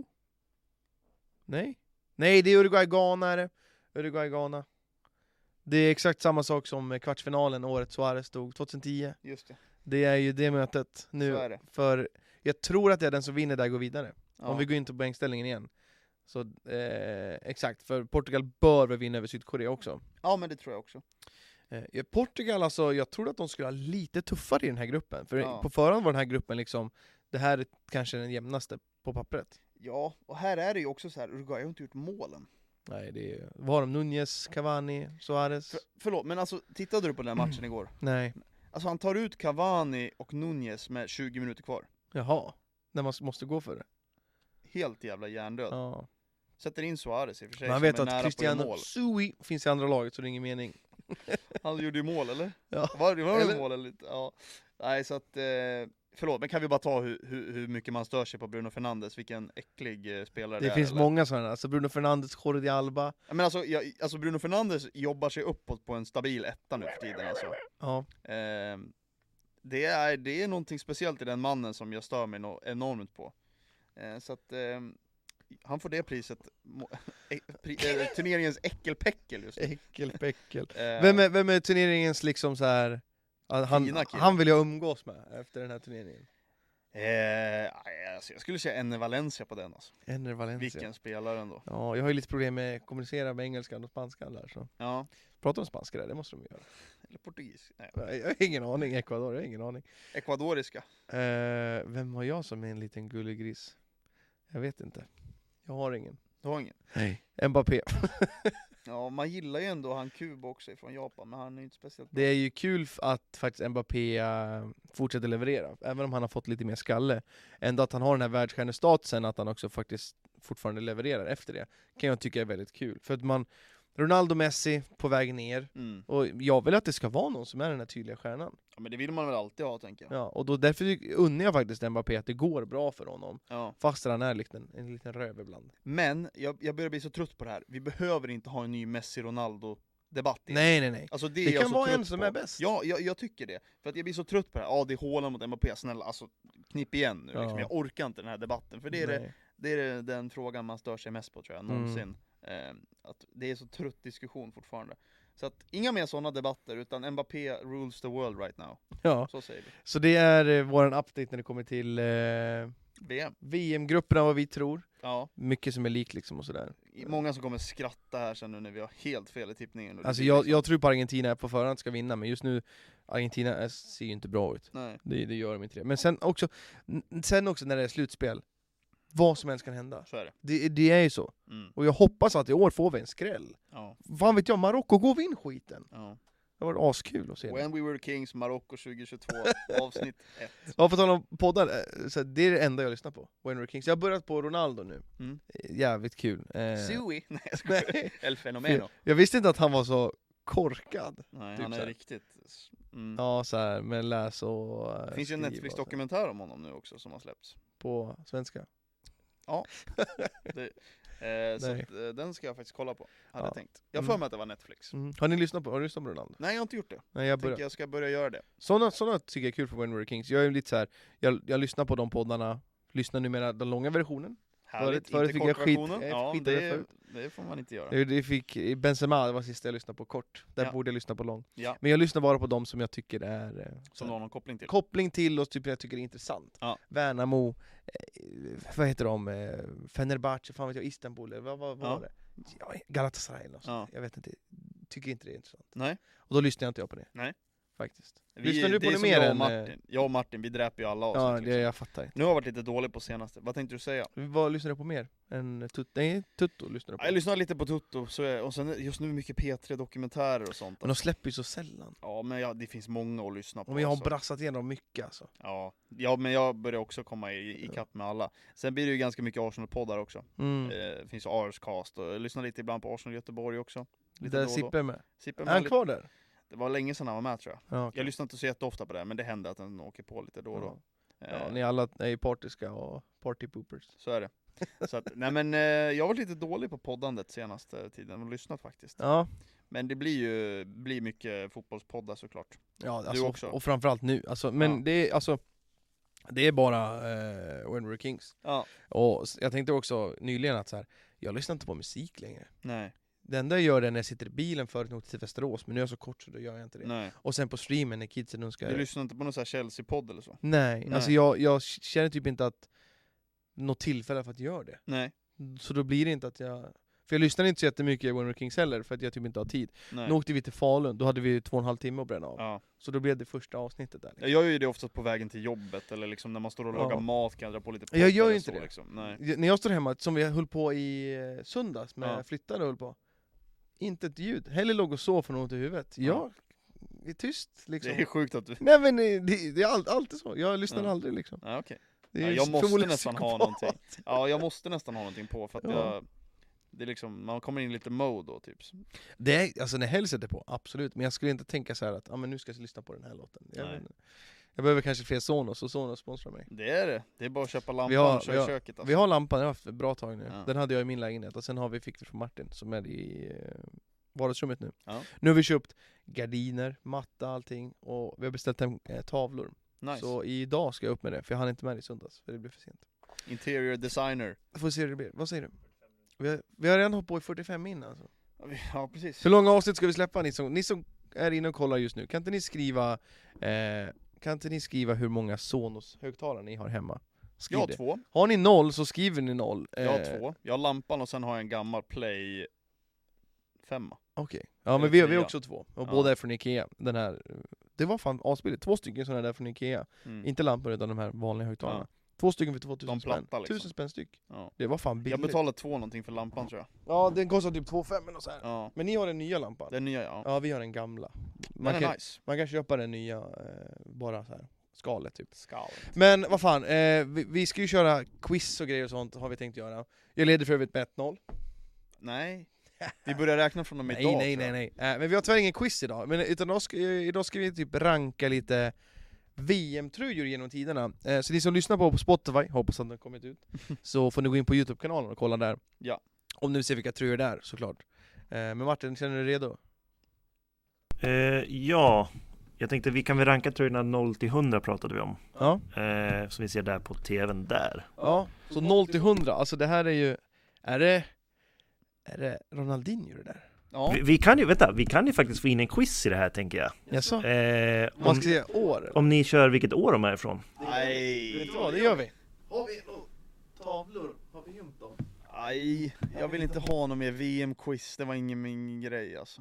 Nej. Nej, det är Uruguay-Ghana är det. Uruguay-Ghana. Det är exakt samma sak som kvartsfinalen året Suarez stod, tjugohundratio. Just det. Det är ju det mötet nu. Så är det. För jag tror att det är den som vinner där går vidare. Ja. Om vi går in till poängställningen igen. Så eh, exakt, för Portugal bör väl vinna över Sydkorea också. ja, men det tror jag också. Eh, Portugal alltså, jag tror att de skulle ha lite tuffare i den här gruppen. För Ja. på förhand var den här gruppen liksom, det här är kanske den jämnaste på pappret. Ja, och här är det ju också så här, Uruguay har inte gjort målen. Nej, det är, vad har de? Nunez, Cavani, Suarez? För, förlåt, men alltså tittade du på den här matchen igår? Nej. Alltså han tar ut Cavani och Nunez med tjugo minuter kvar. Jaha. När man måste gå för det. Helt jävla hjärndöd. Ja. Sätter in Suarez i och för sig. Man som vet är att nära på Cristiano mål. Sui finns i andra laget så det är ingen mening. Han gjorde ju mål, eller? Ja. Var det var Eller? det mål eller inte? Ja. Nej, så att... Eh, förlåt, men kan vi bara ta hur, hur, hur mycket man stör sig på Bruno Fernandes? Vilken äcklig eh, spelare det, Det är, finns eller? många sådana, alltså Bruno Fernandes, Jordi Alba. Ja, men alltså, jag, alltså Bruno Fernandes jobbar sig uppåt på en stabil etta nu för tiden alltså. Ja. Eh, det, är, det är någonting speciellt i den mannen som jag stör mig no- enormt på. Eh, så att eh, han får det priset, må- eh, pri- eh, turneringens äckelpäckel just nu. Äckelpäckel. Eh, Vem är, vem är turneringens liksom så här? Han, Fina kille. han vill jag umgås med efter den här turneringen. eh, alltså, jag skulle säga Enne Valencia på den alltså. Enner Valencia. Vilken spelare ändå. Ja, jag har ju lite problem med att kommunicera med engelskan och spanskan där så. Ja, Pratar de spanska där? Det måste de göra. eller portugis. Nej, Nej, jag har ingen aning, Ecuador, jag har ingen aning. ekvadoriska. Eh, vem har jag som är en liten gullig gris? Jag vet inte. Jag har ingen. Du har ingen? Nej. Mbappé. Ja, man gillar ju ändå han Kubo också från Japan, men han är ju inte speciellt bra. Det är ju kul f- att faktiskt Mbappé uh, fortsätter leverera, även om han har fått lite mer skalle. Ändå att han har den här världsstjärnestatusen, att han också faktiskt fortfarande levererar efter det, kan jag tycka är väldigt kul. För att man, Ronaldo, Messi på väg ner, Mm. och jag vill att det ska vara någon som är den här tydliga stjärnan. Ja, men det vill man väl alltid ha, tänker jag. Ja, och då, därför unnar jag faktiskt Mbappé att det går bra för honom, Ja. fast han är liten, en liten röv ibland. Men, jag, jag börjar bli så trött på det här. Vi behöver inte ha en ny Messi-Ronaldo-debatt. igen. Nej, nej, nej. Alltså, det, Det är jag kan så vara en trött som på. är bäst. Ja, jag, jag tycker det. För att jag blir så trött på det här. Ja, det är Haaland mot Mbappé, snälla, alltså knip igen nu. Ja. Liksom. Jag orkar inte den här debatten. För det är, det, Nej. det är det, den frågan man stör sig mest på, tror jag, Mm. någonsin. Eh, att det är så trött diskussion fortfarande. Så att inga mer sådana debatter, utan Mbappé rules the world right now. Ja, Så säger vi. så det är eh, våran update när det kommer till eh, V M. V M-grupperna, vad vi tror. Ja. Mycket som är lik liksom och sådär. Många som kommer skratta här sen nu när vi har helt fel i tippningen. Och det Alltså blir jag, liksom- jag tror på Argentina på förhand ska vinna, men just nu Argentina är, ser ju inte bra ut. Nej. Det, det gör de inte det. Men sen också, n- sen också när det är slutspel, vad som helst kan hända. Så är det. Det, det är ju så. Mm. Och jag hoppas att i år får vi en skräll. Ja. Fan vet jag, Marocko, gå och vinn skiten. Ja. Det var askul att se det. When we were kings, Marocko tjugohundratjugotvå, avsnitt ett. Ja, för att tala om poddar, eh, så det är det enda jag lyssnar på. When we're kings. Jag har börjat på Ronaldo nu. Mm. Eh, Jävligt kul. Eh, Sui? Nej, jag skojar. Nej. El Fenomeno. jag visste inte att han var så korkad. Nej, Typ han så är här. riktigt... Mm. Ja, så här med läs och eh, Det finns ju en skriva och Netflix-dokumentär om honom nu också som har släppts. så. På svenska. Det, eh, så Nej. att, eh, den ska jag faktiskt kolla på, hade Ja. jag tänkt. Jag har Mm. för mig att det var Netflix. Mm. Har ni lyssnat på, har du lyssnat på Ronaldo? Nej, jag har inte gjort det. Nej, jag Jag tänker börjar. jag ska börja göra det. Sådana, sådana tycker jag är kul för When We're Kings. Jag är lite så här, jag, jag lyssnar på de poddarna, lyssnar numera den långa versionen. Härligt, förut inte fick jag skit- kortversionen. jag Ja, fick det, det förut. det får man inte göra. Det, det fick Benzema, det var sista jag lyssnade på kort. Där Ja. borde jag lyssna på lång. Ja, Men jag lyssnar bara på de som jag tycker är eh, så som du här, har någon koppling till. koppling till och typ jag tycker är intressant. Ja. Värnamo, eh, vad heter de? Eh, Fenerbahce, fan vet jag, Istanbul, eller vad, vad var Ja. det? Ja, Galatasaray eller något sånt. Ja. Jag vet inte, tycker inte det är intressant. Nej. Och då lyssnar jag inte jag på det. Nej. Faktiskt. Vi, Lyssnar du det på är det som mer jag och än... Martin. eh, Jag och Martin, vi dräper ju alla avsnitt. Ja, det, liksom. jag fattar inte. Nu har jag varit lite dålig på senaste. Vad tänkte du säga? Vad lyssnar du på mer? än Tutto? Nej, Tutto lyssnar du på. Jag lyssnar lite på Tutto, så jag, och sen just nu mycket P tre dokumentärer och sånt. Men de släpper ju så sällan. Ja, men ja, det finns många att lyssna på. Men jag har alltså. brassat igenom mycket alltså. Ja. ja, men jag börjar också komma i, i kapp med alla. Sen blir det ju ganska mycket Arsenal-poddar också. Mm. Eh, det finns ju Arscast, och jag lyssnar lite ibland på Arsenal Göteborg också. Lite Där då och då. Sippe är med. Sippe Är med han lite. kvar där? Det var länge sedan han var med, tror jag. Ja, okej. Jag lyssnar inte så jätteofta på det, men det händer att den åker på lite då och då. Ja. Eh, Ja, ni alla är ju partiska och partypoopers. Så är det. Så att, nej men eh, jag har varit lite dålig på poddandet senaste tiden och lyssnat faktiskt. Ja, Men det blir ju blir mycket fotbollspoddar såklart. Ja, Du alltså, också. och framförallt nu. Alltså, men Ja. det är alltså det är bara eh, When We're Kings. Ja, Och s- jag tänkte också nyligen att så här, jag lyssnar inte på musik längre. nej, Det enda jag gör är när jag sitter i bilen för att åka till Västerås, men nu är jag så kort så då gör jag inte det. nej. Och sen på streamen när kidsen önskar... Du lyssnar inte på någon sån här Chelsea-podd eller så? Nej, Nej. alltså jag, jag känner typ inte att något tillfälle för att göra det. Nej, Så då blir det inte att jag... För jag lyssnar inte så jättemycket på When We're Kings heller, för att jag typ inte har tid. nej. Nu åkte vi till Falun, då hade vi två och en halv timme att bränna av. Ja. Så då blev det första avsnittet där. Jag gör ju det oftast på vägen till jobbet, eller liksom när man står och Ja. lagar mat kan jag dra på lite podd Jag gör ju eller inte så, det. liksom. Nej. Jag- När jag står hemma, som vi höll på i eh, söndags med Ja. flyttare och höll på. Inte ett ljud. Heller låg och sov från ont i huvudet. Ja. Jag är tyst liksom. Det är sjukt att du... Nej men eh, det, det är all, alltid så. Jag lyssnar Ja. aldrig liksom. Ja, okej. Det Ja, är jag måste förmodligen nästan ha psykopat. någonting. Ja, jag måste nästan ha någonting på för att Ja. jag... Det är liksom, man kommer in i lite mode då typ. Det är, alltså när Hell sätter på, absolut. Men jag skulle inte tänka så här att ah, men nu ska jag lyssna på den här låten. Jag, Nej. vet inte. Jag behöver kanske fler Sonos, och Sonos sponsrar mig. Det är det. Det är bara att köpa lampan Vi har- och köra vi i har- köket alltså. Vi har lampan, jag har haft ett bra tag nu. Ja. Den hade jag i min lägenhet, och sen har vi, fick vi från Martin som är i eh, vardagsrummet nu. Ja. Nu har vi köpt gardiner, matta, allting, och vi har beställt hem eh, tavlor. Nice. Så idag ska jag upp med det, för jag hann inte med det i söndags, för det blev för sent. Interior designer. Jag får se hur det blir. Vad säger du? Vi har, vi har redan hållit på i fyrtiofem min alltså. Ja, vi- Ja, precis. Hur långa avsnitt ska vi släppa, ni som, ni som är inne och kollar just nu? Kan inte ni skriva eh, Kan inte ni skriva hur många Sonos-högtalare ni har hemma? Skriv Jag har det. två. Har ni noll så skriver ni noll. Jag har Eh, två. Jag har lampan och sen har jag en gammal Play femma. Okej. Ja men Eller vi, vi har trea. också två. Och Ja. båda är från Ikea. Den här, det var fan asbilligt. Två stycken sådana där från Ikea. Mm. Inte lampor utan de här vanliga högtalarna. Ja. Två stycken för tvåtusen De spänn. platta, liksom. Tusen spänn styck. Ja. Det var fan Jag billigt. betalar två någonting för lampan tror jag. Ja, den kostar typ två fem eller så här. Ja. Men ni har den nya lampan? Den nya ja. Ja, vi har den gamla. Man Den är kan, nice. man kan köpa den nya, eh, bara så här skalet typ. Skalet. Men vad fan, eh, vi, vi ska ju köra quiz och grejer och sånt, har vi tänkt göra. Jag leder för övrigt med ett noll. Nej. Vi börjar räkna från dem Nej, idag nej, tror nej, jag. nej. Eh, men vi har tyvärr ingen quiz idag. Men utan idag ska, idag ska vi typ ranka lite V M-tröjor genom tiderna. Eh, så ni som lyssnar på på Spotify, hoppas att den har kommit ut, så får ni gå in på YouTube-kanalen och kolla där. Ja. Om ni vill se vilka tröjor det är, såklart. Eh, men Martin, känner du dig redo? Eh, ja, jag tänkte vi kan väl ranka tröjorna noll till hundra pratade vi om. Ja. Eh, som vi ser där på tvn där. Ja, så noll till hundra, alltså det här är ju, är det, är det Ronaldinho det där? Ja. Vi, vi kan ju, vänta, vi kan ju faktiskt få in en quiz i det här tänker jag. Jaså? Eh, Man om, ska säga år eller? om ni kör vilket år de är ifrån. Nej. Vet du vad, det gör vi. Har vi tavlor? Har vi gömt dem? Nej, jag vill inte ha någon mer V M-quiz, det var ingen min grej alltså.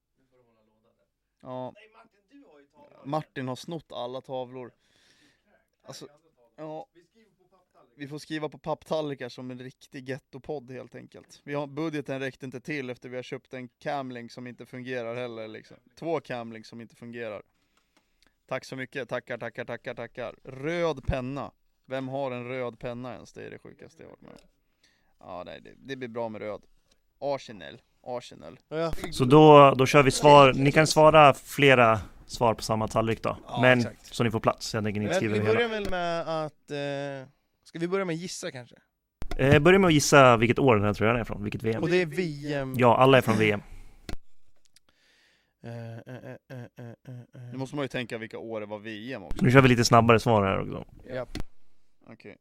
Ja, Nej Martin, du har ju tavlor. Martin har snott alla tavlor. Alltså, ja, vi får skriva på papptallrikar som en riktig gettopodd helt enkelt. Vi har, budgeten räckte inte till efter vi har köpt en camlink som inte fungerar heller liksom. Två camlinks som inte fungerar. Tack så mycket, tackar, tackar, tackar, tackar. Röd penna. Vem har en röd penna ens? Det är det sjukaste jag har varit med om. Ja, nej, det, det blir bra med röd. Arsenal, Arsenal. Ja, jag fick- Så då, då kör vi svar, ni kan svara flera svar på samma tallrik då. Ja, Men exakt. så ni får plats, jag tänker ni inte Men skriver vi hela. börjar väl med att, eh, ska vi börja med gissa kanske? Eh, börja med att gissa vilket år den här tröjan är ifrån, vilket V M. Och det är V M. Ja, alla är från V M. Eh, eh, eh, eh, eh, eh. Nu måste man ju tänka vilka år det var V M också. Nu kör vi lite snabbare svar här också. Japp. Okej.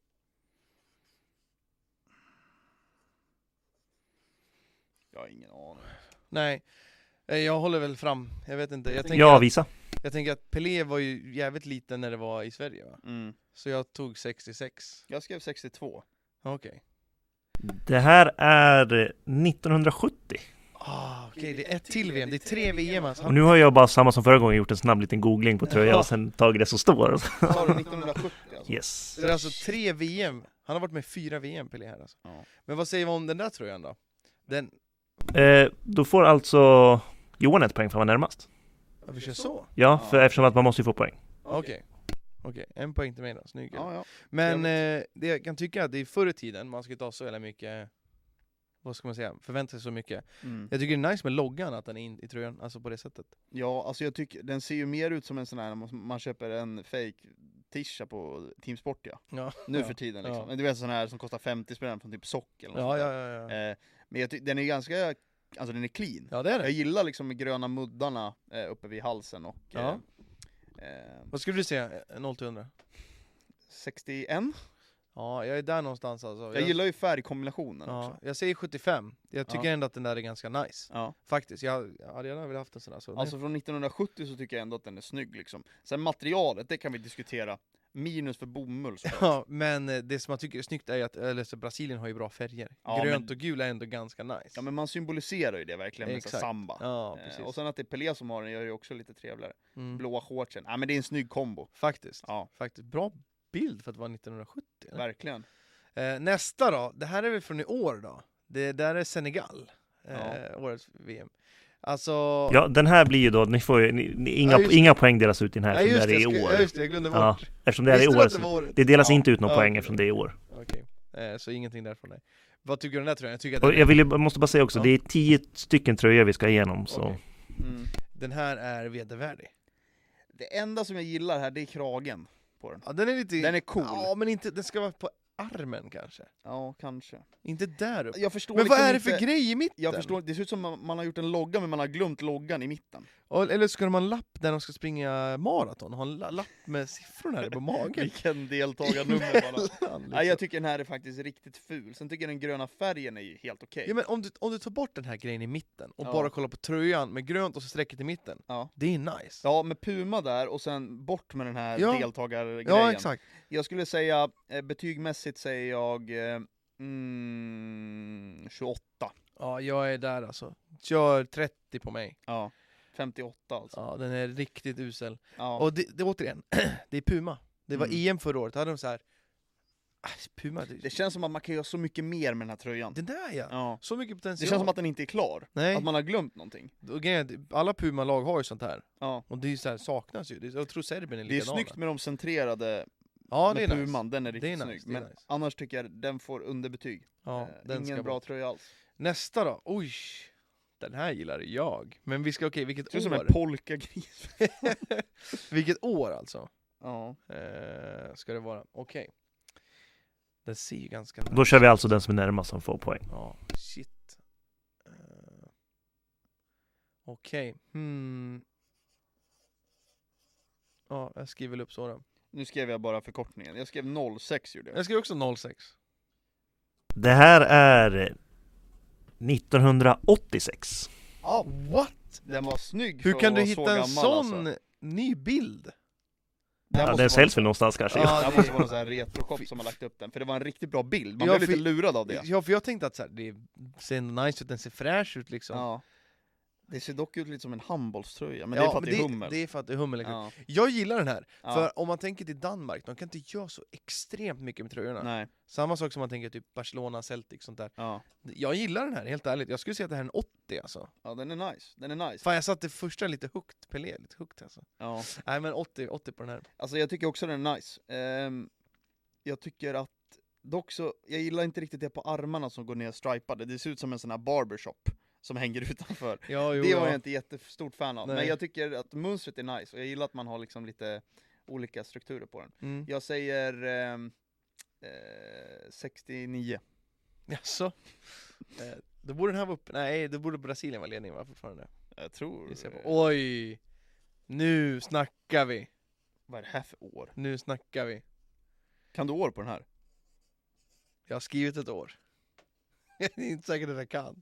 Jag har ingen aning. Nej, Eh, jag håller väl fram. Jag vet inte. Jag tänker, Ja, att, visa. jag tänker att Pelé var ju jävligt liten när det var i Sverige va? Mm. Så jag tog sextiosex. Jag skrev sextiotvå. Okej. Det här är nittonhundrasjuttio. Ah, okej, det är ett till V M. Det är tre V M alltså. Och nu har jag bara samma som förra gången gjort en snabb liten googling på tröjan Ja. och sen tagit det som står. Sa du nittonhundrasjuttio alltså? Yes. Så det är alltså tre V M. Han har varit med i fyra V M Pelé här alltså. Ja. Men vad säger vi om den där tröjan då? Den, Eh, då får alltså Johan ett poäng för att vara närmast. ja, vi kör så? Ja, för eftersom att man måste ju få poäng. Okej. Okej, en poäng till mig då. Snygg. Ja, ja. Men eh, det jag kan tycka att det är förr i tiden, man ska ta så jävla mycket, vad ska man säga, förvänta sig så mycket. Mm. Jag tycker det är nice med loggan, att den är in i tröjan, alltså på det sättet. Ja, alltså jag tycker den ser ju mer ut som en sån här, man, man köper en fake tisha på Team Sport ja. Ja, Nu ja. för tiden liksom. Ja. Du vet sån här som kostar femtio spänn från typ Sock eller något Ja, sånt ja, där. ja, ja. Eh, men jag tycker den är ganska alltså den är clean. Ja, det är det. Jag gillar liksom de gröna muddarna eh, uppe vid halsen och Ja. eh, eh, Vad skulle du säga? noll till hundra? sextioett. Ja, jag är där någonstans alltså. Jag gillar ju färgkombinationen ja, också. jag säger sjuttiofem. Jag tycker Ja. ändå att den där är ganska nice. Ja. Faktiskt, jag, jag hade gärna velat haft en sån där. Så Alltså från nittonhundrasjuttio så tycker jag ändå att den är snygg liksom. Sen materialet, det kan vi diskutera. Minus för bomull såklart. Ja, men eh, det som jag tycker är snyggt är att eller, så Brasilien har ju bra färger. Ja, Grönt men- och gul är ändå ganska nice. Ja men man symboliserar ju det verkligen med så Exakt. samba. Ja, Eh, precis. och sen att det är Pelé som har den gör ju också lite trevligare. Mm. Blåa shortsen. Ja men det är en snygg kombo. Faktiskt. Ja, Faktiskt. Bra bild för att vara nittonhundrasjuttio. eller? verkligen. Eh, nästa då, det här är väl från i år då. Det där är Senegal. Eh, Ja. Årets V M. Alltså... Ja, den här blir ju då, ni får ju, ni, ni, inga, Ja, just det. inga poäng delas ut i den här Nej, eftersom just det det, är i jag, år. ska- ja, just det, jag glömde Ja, bort. eftersom det är i Visste du år. att det Så, var år? det delas Ja. inte ut några Ja, poäng okej. eftersom det är i år. Okej, eh, så ingenting därifrån dig. Vad tycker du om den här tröjan? Jag tycker att Och den, jag, vill, ju- jag måste bara säga också, Ja. det är tio stycken tröjor vi ska igenom. Så. Okej. Mm. den här är vedervärdig. Det enda som jag gillar här, det är kragen på den. Ja, den är lite... Den är cool. Ja, men inte, den ska vara på armen kanske. Ja, kanske. Inte där uppe. Jag förstår Men vad liksom är det för inte- grej i mitten? Jag förstår, det ser ut som man, man har gjort en logga men man har glömt loggan i mitten. Och- Eller ska de ha en lapp där de ska springa maraton? Ha en la- lapp med siffrorna här på magen? Vilken deltagarnummer bara. Emellan, liksom. Nej, jag tycker den här är faktiskt riktigt ful. Sen tycker jag den gröna färgen är ju helt okej. Ja, men om, du, om du tar bort den här grejen i mitten och Ja. bara kollar på tröjan med grönt och så strecket i mitten. Ja. Det är nice. Ja, med Puma där och sen bort med den här Ja. deltagargrejen. Ja, exakt. Jag skulle säga, eh, betygmässigt säger jag eh, mm, tjugoåtta. Ja, jag är där alltså. Kör trettio på mig. Ja, femtioåtta alltså. Ja, den är riktigt usel. Ja. Och det, det återigen, det är Puma. Det var Mm. E M förra året, då hade de så här. Ah, Puma, det, Det känns som att man kan göra så mycket mer med den här tröjan. den där ja. Ja. Så mycket Det potential. känns som att den inte är klar. Nej. Att man har glömt någonting. Och grejen är att alla Puma-lag har ju sånt här. Ja. Och det är ju så här, saknas ju. Det är- Jag tror Serbien är Det är likadana. snyggt med de centrerade Ja, det med är Puman, nice. den är riktigt Det är nice, snygg. det är Men nice. annars tycker jag den får underbetyg. Ja, Eh, den Ingen ska bra bort. tröja alls. Nästa då, oj! Den här gillar jag. Men vi ska, okej, vilket Det ser ut som år? en polkagris. Vilket år alltså? Ja. Eh, ska det vara? Okej. Den ser ju ganska... Då kör vi alltså den som är närmast som får poäng. Ja, shit. Uh, Okej, hmm. Ja, jag skriver väl upp så då. Nu skrev jag bara förkortningen. Jag skrev noll sex gjorde jag. Jag skriver också noll sex. Det här är nittonhundraåttiosex. Ja, What? den var snygg Hur för kan att du vara hitta så en gammal, sån alltså. ny bild? Det här Ja, måste den vara- säljs väl någonstans kanske. Ja, Det här det- måste vara en sån här retroshop som har lagt upp den, för det var en riktigt bra bild. Man Ja, blev lite för- lurad av det. Ja, för jag tänkte att så här, det ser nice ut, den ser fräsch ut liksom. Ja. Det ser dock ut lite som en handbollströja, men Ja, det är för att men det är hummel. Det är för att det är hummel. Ja. Jag gillar den här, Ja. för om man tänker till Danmark, de kan inte göra så extremt mycket med tröjorna. Nej. Samma sak som man tänker typ Barcelona, Celtic, sånt där. Ja. Jag gillar den här, helt ärligt. Jag skulle säga att det här är en åttio alltså. Ja, den är nice. Den är nice. Fan, jag satte första lite högt, Pelé, lite högt alltså. Ja. Nej men åttio, åttio på den här. Alltså jag tycker också den är nice. Ehm, jag tycker att, dock så, jag gillar inte riktigt det på armarna som går ner stripade. Det ser ut som en sån här barbershop som hänger utanför. Ja, jo, Det var ja. jag inte jättestort fan av. Nej. Men jag tycker att mönstret är nice, och jag gillar att man har liksom lite olika strukturer på den. Mm. Jag säger ehm, eh, sextionio. Jaså? Eh, då borde den här vara uppe, nej, då borde Brasilien vara ledning va, fortfarande. Jag tror... Vi ser på. eh, Oj! Nu snackar vi! Vad är det här för år? Nu snackar vi. Kan du år på den här? Jag har skrivit ett år. Jag är inte säker att jag kan.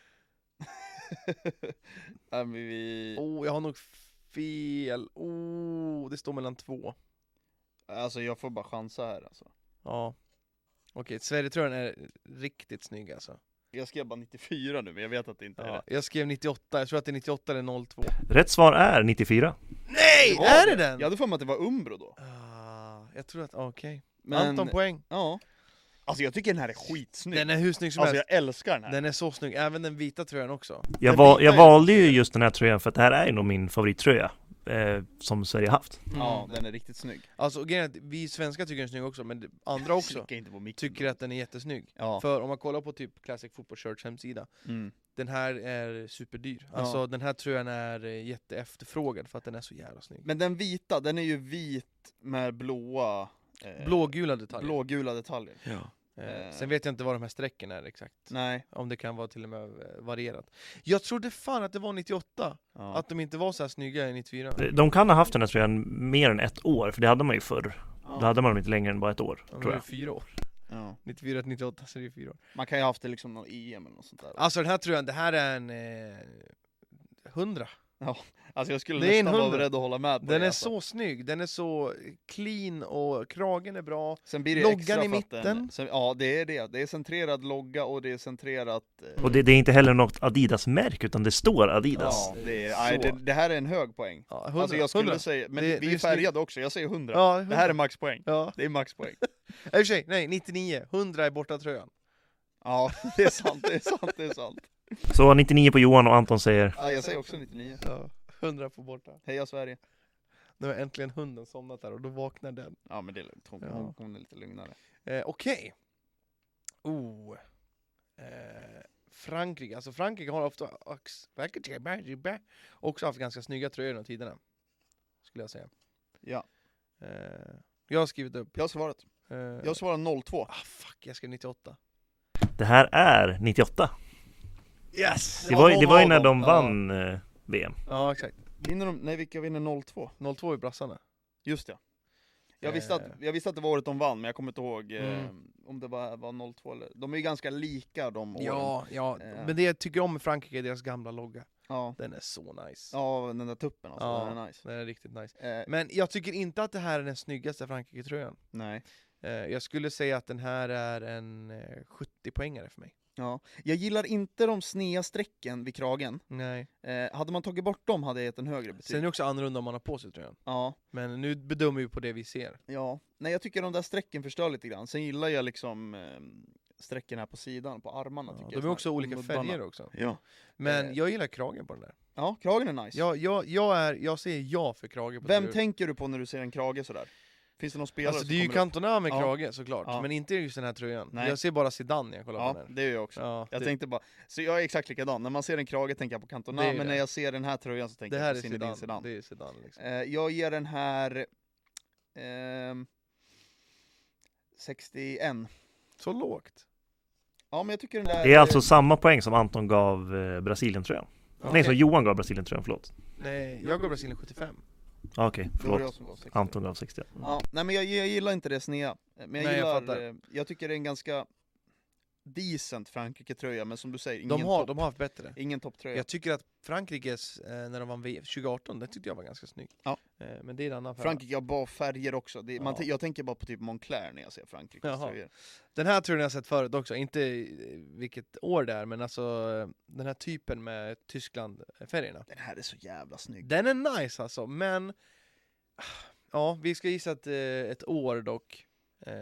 Nej, men vi... Oh, jag har nog fel. Oh, det står mellan två. Alltså jag får bara chansa här alltså. Ja. Okej, Sverigetröjan är riktigt snygg alltså. Jag skrev bara nittiofyra nu, men jag vet att det inte är Ja, rätt. jag skrev nittioåtta, jag tror att det är nittioåtta eller noll två. Rätt svar är nittiofyra. Nej! var Är det den? Jag hade för mig att det var Umbro då. Ah, jag tror att, okej. Men, Anton poäng. ja. Alltså jag tycker den här är skitsnygg. Den är hur snygg som Alltså helst. jag älskar den här. Den är så snygg, även den vita tröjan också. Jag, Den val, vita jag är- valde ju just den här tröjan för att det här är nog min favorittröja eh, som Sverige haft. Ja, den är riktigt snygg. Alltså grejen är att vi svenskar tycker den är snygg också, men andra också Slicka inte på micken. tycker att den är jättesnygg. Ja. För om man kollar på typ Classic Football Shirts hemsida, Mm. den här är superdyr. Ja. Alltså den här tröjan är eh, jätteefterfrågad för att den är så jävla snygg. Men den vita, den är ju vit med blåa... Eh, Blågula detaljer. blågula detaljer. Ja. Eh, sen vet jag inte vad de här strecken är exakt. Nej. Om det kan vara till och med eh, varierat. Jag trodde fan att det var nittioåtta. Ja. Att de inte var så här snygga i nittiofyra. De kan ha haft den här tröjan mer än ett år, för det hade man ju förr. Ja. Då hade man dem inte längre än bara ett år, De tror var ju jag. fyra år. Ja. nittiofyra till nittioåtta, så det är fyra år. Man kan ju ha haft det liksom någon E M eller något sånt där. Alltså den här tröjan, det här är en eh, hundra. Alltså jag skulle Det är en nästan vara hundra. beredd att hålla med på Den det, är alltså. så snygg, den är så clean och kragen är bra. Sen blir det Loggan extra i för att mitten. Den, sen, ja, det är det. Det är centrerad logga och det är centrerat... Eh, Och det, det är inte heller något Adidas-märk, utan det står Adidas. ja, det, är, Så. nej, det, det här är en hög poäng. Ja, hundra, Alltså jag skulle hundra. säga, men Det- vi det är är färgade också, jag säger hundra. Ja, Det här är maxpoäng. Ja, Det är maxpoäng. i och för sig, nej, nittionio, hundra är borta tröjan. Ja, det är sant, det är sant, det är sant. Så nittionio på Johan och Anton säger Ja, jag säger också nittionio. Ja, hundra på borta. Heja Sverige. Nu har äntligen hunden somnat där och då vaknar den. Ja, men det är lugnt. Hon, Ja. hon, hon är lite lugnare. Eh, Okej. Oh. Eh, Frankrike, alltså Frankrike har ofta ox- också haft ganska snygga tröjor genom tiderna. Skulle jag säga. Ja, Eh, jag har skrivit upp. jag har svarat. Eh, Jag svarar noll två. ah, fuck, jag skrev nittioåtta. det här är nittioåtta. Yes! Det var, ju- det var ju när de Ja. vann eh, V M. Ja, exakt. Vinner de, nej, vilka vinner noll två? noll två i brassarna. Just det. Jag visste, Eh. att, jag visste att det var året de vann, men jag kommer inte ihåg eh, Mm. om det var, var noll två eller... De är ju ganska lika de åren. Ja, ja. Eh. Men det jag tycker om med Frankrike är deras gamla logga. Ja, Den är så nice. ja den där tuppen alltså, Ja. den är nice. Den är riktigt nice. Eh, Men jag tycker inte att det här är den snyggaste Frankrike-tröjan. nej. Eh, jag skulle säga att den här är en eh, sjuttio-poängare för mig. Ja. Jag gillar inte de snea strecken vid kragen. Nej. Eh, hade man tagit bort dem hade jag gett en högre betyg. Sen är det också annorlunda om man har på sig tröjan. Ja, Men nu bedömer vi på det vi ser. ja. Nej, jag tycker de där strecken förstör lite grann. Sen gillar jag liksom eh, strecken här på sidan, på armarna. Ja, tycker de jag, är också såna här olika mubbarna. färger också. Ja. Men Eh. jag gillar kragen på den där. Ja, kragen är nice. Jag, jag, jag, är, jag säger ja för krage på Vem tröjor. tänker du på när du ser en krage sådär? Finns det någon spelare Alltså som det är ju kommer upp? Cantona med Ja. krage såklart, Ja. men inte just den här tröjan. Nej. Jag ser bara Zidane när jag kollar på Ja, den här. det gör jag också. Ja, Jag det, tänkte bara, så jag är exakt likadan. När man ser en krage tänker jag på Cantona, Det är men det. när jag ser den här tröjan så tänker det här jag är på Zinedine Zidane. Zidane. Det är Zidane liksom. Eh, jag ger den här ehm, sextioen. Så lågt. Ja, men jag tycker den där... Det är alltså samma poäng som Anton gav eh, Brasilien-tröjan. Nej, Okej. som Johan gav Brasilien-tröjan, förlåt. Nej, jag går Brasilien sjuttiofem. Ah, Okej, Det var jag förlåt. som var sextio. Anton gav sextio. Ja, nej men jag, jag gillar inte det snea. Men jag Nej, jag gillar, fattar. jag, jag tycker det är en ganska decent Frankrike-tröja, men som du säger, ingen De har, topp. de har haft bättre. Ingen topptröja. Jag tycker att Frankrikes, eh, när de vann V M tjugoarton, det tyckte jag var ganska snygg. Ja. Eh, men det är en annan femma. Frankrike har bara färger också. Det, man, Ja. t- jag tänker bara på typ Moncler när jag ser Frankrikes Jaha. tröjor. Den här tror jag jag har sett förut också, inte eh, vilket år det är, men alltså eh, den här typen med Tyskland-färgerna. Den här är så jävla snygg. Den är nice alltså, men ja, vi ska gissa ett, eh, ett år dock. Eh,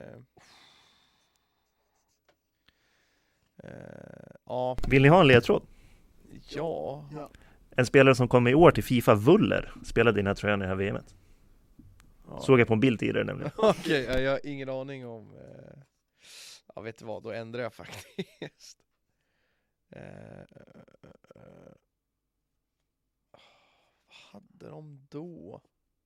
eh, ja, Vill ni ha en ledtråd? ja. Ja. En spelare som kom i år till FIFA, Wuller, spelade i den här tröjan i det här V M:et. ja. Såg jag på en bild tidigare nämligen. Okej, ja, jag har ingen aning om... Eh, ja, vet du vad, då ändrar jag faktiskt. Eh, eh, eh, vad hade de då?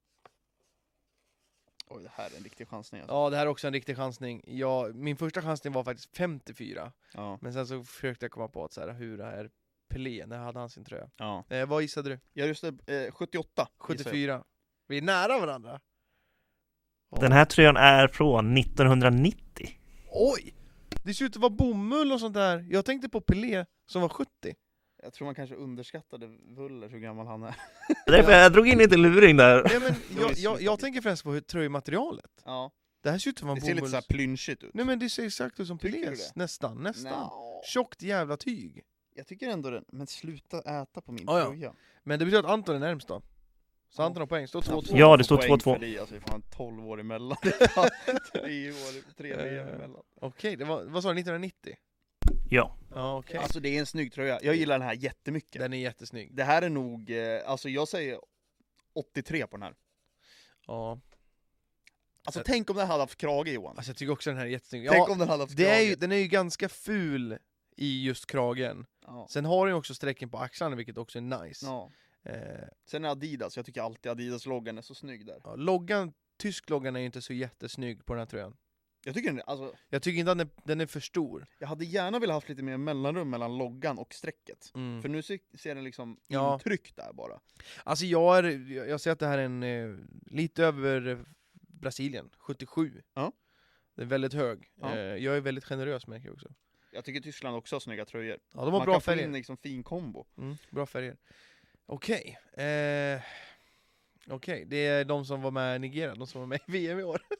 Oj, det här är en riktig chansning alltså. Ja, det här är också en riktig chansning. Jag, min första chansning var faktiskt femtiofyra. Ja. Men sen så försökte jag komma på att så här, hur det här Pelé, när hade han sin tröja? Ja. Eh, vad gissade du? Jag röstade eh, sjuttioåtta. gissar jag. sjuttiofyra. Vi är nära varandra. Den här tröjan är från nittonhundranittio. Oj! Det ser ut att vara bomull och sånt där. Jag tänkte på Pelé som var sjuttio. Jag tror man kanske underskattade Wuller, hur gammal han är. Därför jag drog in lite luring där. Nej, men Då är jag, det jag, slut. jag tänker främst på hur tröjmaterialet. Ja. Det här ser ut att vara Det en ser lite bomulls... så här plynschigt ut. Nej men det ser exakt ut som Tycker du Pelés. det? Nästan, nästan. Nå. Tjockt jävla tyg. Jag tycker ändå den, men sluta äta på min Ja, ja. tröja. Men det betyder att Anton är närmst då. Så Ja. Anton har poäng, står två två. Ja, det står Poäng två två. för dig, alltså vi får en tolv år emellan. Det tar tre år, tre V M Eh. emellan. Okej, det var, vad sa du, nittonhundranittio? Ja. Ja, okej. Alltså det är en snygg tröja, jag gillar den här jättemycket. Den är jättesnygg. Det här är nog, eh, alltså jag säger åttiotre på den här. Ja. Alltså Jag- tänk om den hade haft krage, Johan. Alltså jag tycker också den här är jättesnygg. Tänk Ja, om den hade haft det är krage. ju, den är ju ganska ful i just kragen. Ja. Sen har den ju också strecken på axlarna, vilket också är nice. Ja. Eh, Sen är Adidas, jag tycker alltid Adidas-loggan är så snygg där. ja, loggan, tysk loggan är ju inte så jättesnygg på den här tröjan. Jag tycker den, alltså, Jag tycker inte att den, den är för stor. jag hade gärna velat haft lite mer mellanrum mellan loggan och strecket. Mm. För nu ser, ser den liksom Ja. intryckt där bara. Alltså jag, är, jag jag ser att det här är en eh, lite över eh, Brasilien, sjuttiosju. Ja. Det är väldigt hög. Ja. Eh, jag är väldigt generös märker jag också. Jag tycker Tyskland också har snygga tröjor. Ja, de har Man bra kan få färger. in liksom fin kombo. Mm, bra färger. Okej. Eh, Okej, det är de som var med i Nigeria, de som var med i V M i år.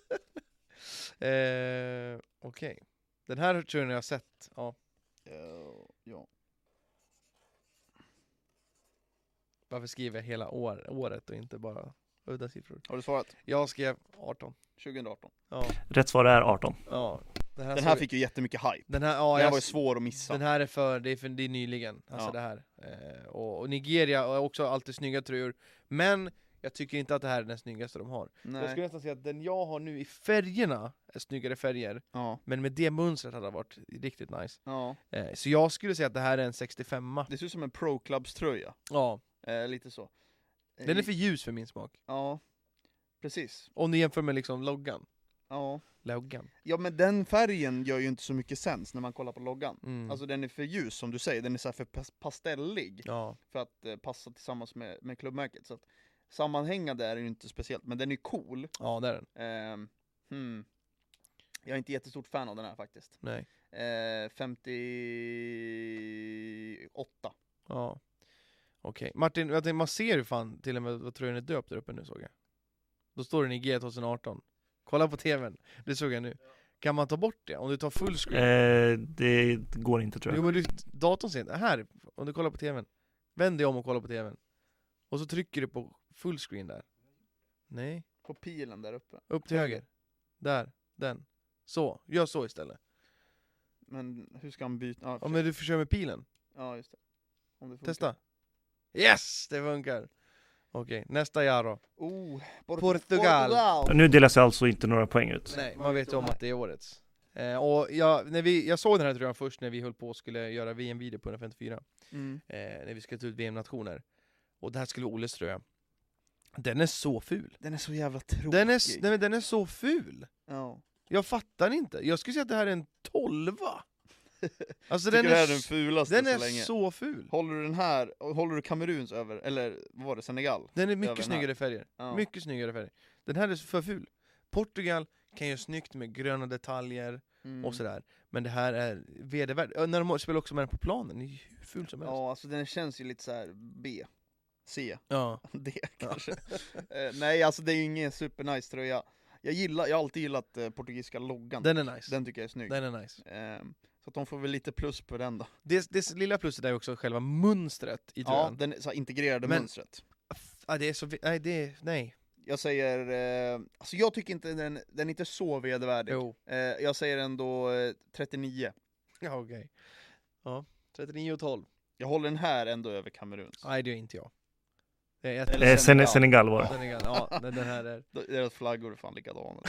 eh, Okej. Den här tror jag jag har sett. Ja. Uh, ja. Varför skriver jag hela år, året och inte bara udda siffror? Har du svarat? Jag skrev arton. tjugo arton. Ja. Rätt svar är arton. Ja. Den här, Den här såg- fick ju jättemycket hype. den här, ja, Den här jag, var ju svår att missa. den här är för, det är för det är nyligen, alltså Ja. det här. Eh, och, och Nigeria har också alltid snygga tröjor. Men jag tycker inte att det här är den snyggaste de har. Nej. Jag skulle nästan säga att den jag har nu i färgerna är snyggare färger. Ja. Men med det mönstret hade det varit riktigt nice. Ja. Eh, så jag skulle säga att det här är en sextiofem. Det ser ut som en Pro Clubs tröja. Ja, Eh, lite så. Eh, den är för ljus för min smak. Ja. Precis. Om du jämför med liksom loggan. Ja. Loggan. Ja, men den färgen gör ju inte så mycket sens när man kollar på loggan. Mm. Alltså den är för ljus som du säger, den är så här för pas- pastellig Ja. för att eh, passa tillsammans med, med klubbmärket. Så att sammanhängande är den ju inte speciellt, men den är cool. ja, det är den. Ehm, hmm. Jag är inte jättestort fan av den här faktiskt. Nej. Eh, femtioåtta. Ja. Okej. Martin, jag tänkte, man ser ju fan till och med vad tröjan är döpt där uppe nu såg jag. Då står den i G tjugoarton. Kolla på tvn. Det såg jag nu. Kan man ta bort det? Om du tar fullscreen? Eh, det går inte tror Jo jag. men du, datorn ser inte. Här, om du kollar på tvn. Vänd dig om och kolla på tvn. Och så trycker du på fullscreen där. Nej. På pilen där uppe. Upp till höger. Där. Den. Så. Gör så istället. Men hur ska han byta? Ja, Ja men du försöker med pilen. ja just det. Om det funkar. Testa. Yes! Det funkar. Okej, nästa Jaro. Oh, Port- Portugal. Nu delas alltså inte några poäng ut. Nej, man vet ju om att det är årets. Eh, och jag, när vi, jag såg den här tröjan först när vi höll på och skulle göra V M-video på hundrafemtiofyra. Mm. Eh, när vi skulle ta ut V M-nationer. Och det här skulle vara Olles tröja. Den är så ful. Den är så jävla tråkig. Den är, s- nej, men den är så ful. Ja. Jag fattar inte. Jag skulle säga att det här är en tolva. Alltså Tycker den det här är, är den s- fulaste den så är länge. så ful. Håller du den här, och håller du Kameruns över, eller vad var det, Senegal? Den är över mycket den här. snyggare färger. Ja. Mycket snyggare färger. Den här är för ful. Portugal kan göra snyggt med gröna detaljer Mm. och sådär. Men det här är vedervärdigt. Ö, När de spelar också med den på planen, det är ju hur ful som helst. Ja, alltså den känns ju lite så här B. C. Ja. D kanske. eh, nej, alltså det är ju ingen supernice tröja. Jag gillar, jag har alltid gillat eh, portugisiska loggan. Den, Den är nice. tycker jag är snygg. Den är nice. Ehm, så att de får väl lite plus på den då. Det, det lilla pluset är också själva mönstret i Ja, tröjan. den så här integrerade Men- mönstret. Ja, det är så... vi- Nej, det är... Nej. Jag säger, eh, alltså jag tycker inte den, den är inte så vedervärdig. Jo. Eh, jag säger ändå eh, trettionio. Ja, okej. Ja. trettionio och tolv. Jag håller den här ändå över Kameruns. Nej, det är inte jag. Det är ett... Eller Eh, Senegal. Sen, Senegal var det. Senegal. Ja, den den här är... Deras flaggor är fan likadana.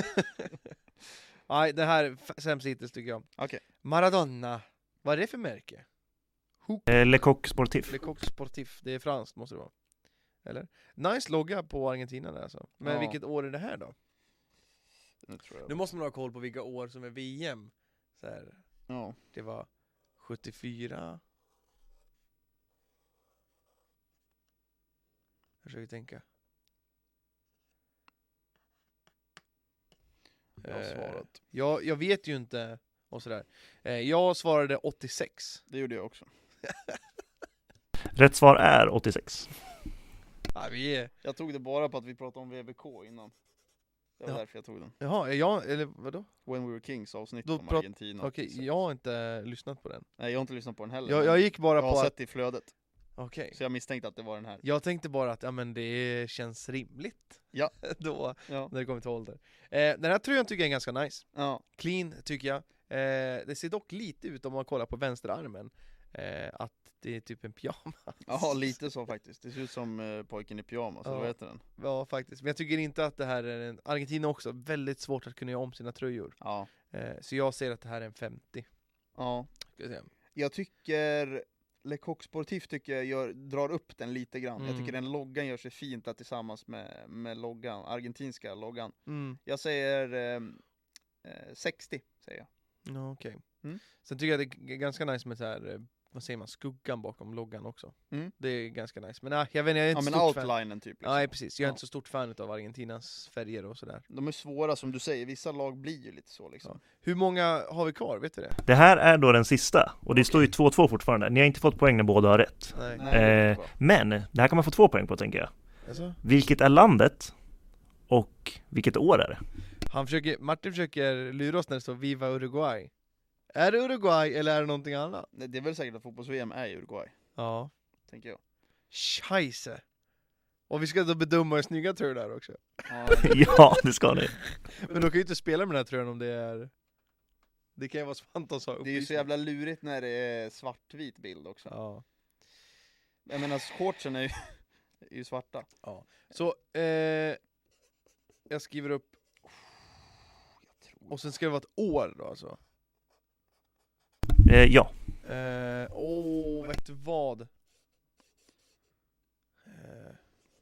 Nej, det här är f- sämst hittills tycker jag. Okej. Maradona. Vad är det för märke? Eh, Le Coq Sportif. Le Coq Sportif. Det är franskt måste det vara. Eller? Nice logga på Argentina där alltså. Men Ja. vilket år är det här då? Nu tror jag. Nu måste man ha koll på vilka år som är V M. Så här, Ja. det var sjuttiofyra. Jag försöker tänka. Jag har Eh, svarat. Jag, jag vet ju inte och sådär. Eh, jag svarade åttiosex. Det gjorde jag också. Rätt svar är åttiosex. Ja, vi är... Jag tog det bara på att vi pratade om V V K innan. Det var Ja. därför jag tog den. Jaha, är jag, eller vadå? When We Were Kings avsnitt Då om prat- Argentina. Okej, Så- jag har inte lyssnat på den. Nej, jag har inte lyssnat på den heller. Jag, men jag gick bara jag på har att... sett det i flödet. Okej. Så jag misstänkte att det var den här. Jag tänkte bara att ja, men det känns rimligt. Ja. Då, Ja. när det kommer till ålder. Eh, den här tröjan tycker jag är ganska nice. Ja. Clean tycker jag. Eh, det ser dock lite ut om man kollar på vänsterarmen. Eh, att det är typ en pyjamas. Ja, lite så faktiskt. Det ser ut som eh, pojken i pyjamas, Ja. eller vad heter den? Ja, faktiskt. Men jag tycker inte att det här är en... Argentina också, väldigt svårt att kunna göra om sina tröjor. Ja. Eh, så jag ser att det här är en femtio. Ja. Ska jag säga. Jag tycker Le Coq Sportif tycker jag gör, drar upp den lite grann. Jag Mm. tycker den loggan gör sig fint där tillsammans med, med loggan, argentinska loggan. Mm. Jag säger eh, eh, sextio säger jag. Ja, okej. Mm. Sen tycker jag det är ganska nice med så här, eh, vad säger man, skuggan bakom loggan också. Mm. Det är ganska nice. Men äh, jag vet inte, jag är Ja inte men stort fan. outlinen typ. Liksom. Nej, precis. Jag är Ja. inte så stort fan av Argentinas färger och sådär. De är svåra som du säger, vissa lag blir ju lite så liksom. Ja. Hur många har vi kvar, vet du det? Det här är då den sista, och det står ju två två fortfarande. Ni har inte fått poäng när båda har rätt. Nej. Nej, det är Eh, bra. men det här kan man få två poäng på, tänker jag. Alltså? Vilket är landet och vilket år är det? Han försöker, Martin försöker lura oss när det står Viva Uruguay. Är det Uruguay eller är det någonting annat? Nej, det är väl säkert att fotbolls-V M är i Uruguay, Ja. tänker jag. Scheisse. Och vi ska då bedöma hur snygga tröjor där också. Ja, Ja, det ska ni. Men de kan ju inte spela med den här tröjan om det är... Det kan ju vara svant att ha det är ju så jävla lurigt när det är svartvit bild också. Ja. Jag menar, shortsen är ju, är ju svarta. Så, eh, jag skriver upp... Och sen ska det vara ett år då alltså. Eh, ja. Eh, åh, vet du vad? Eh.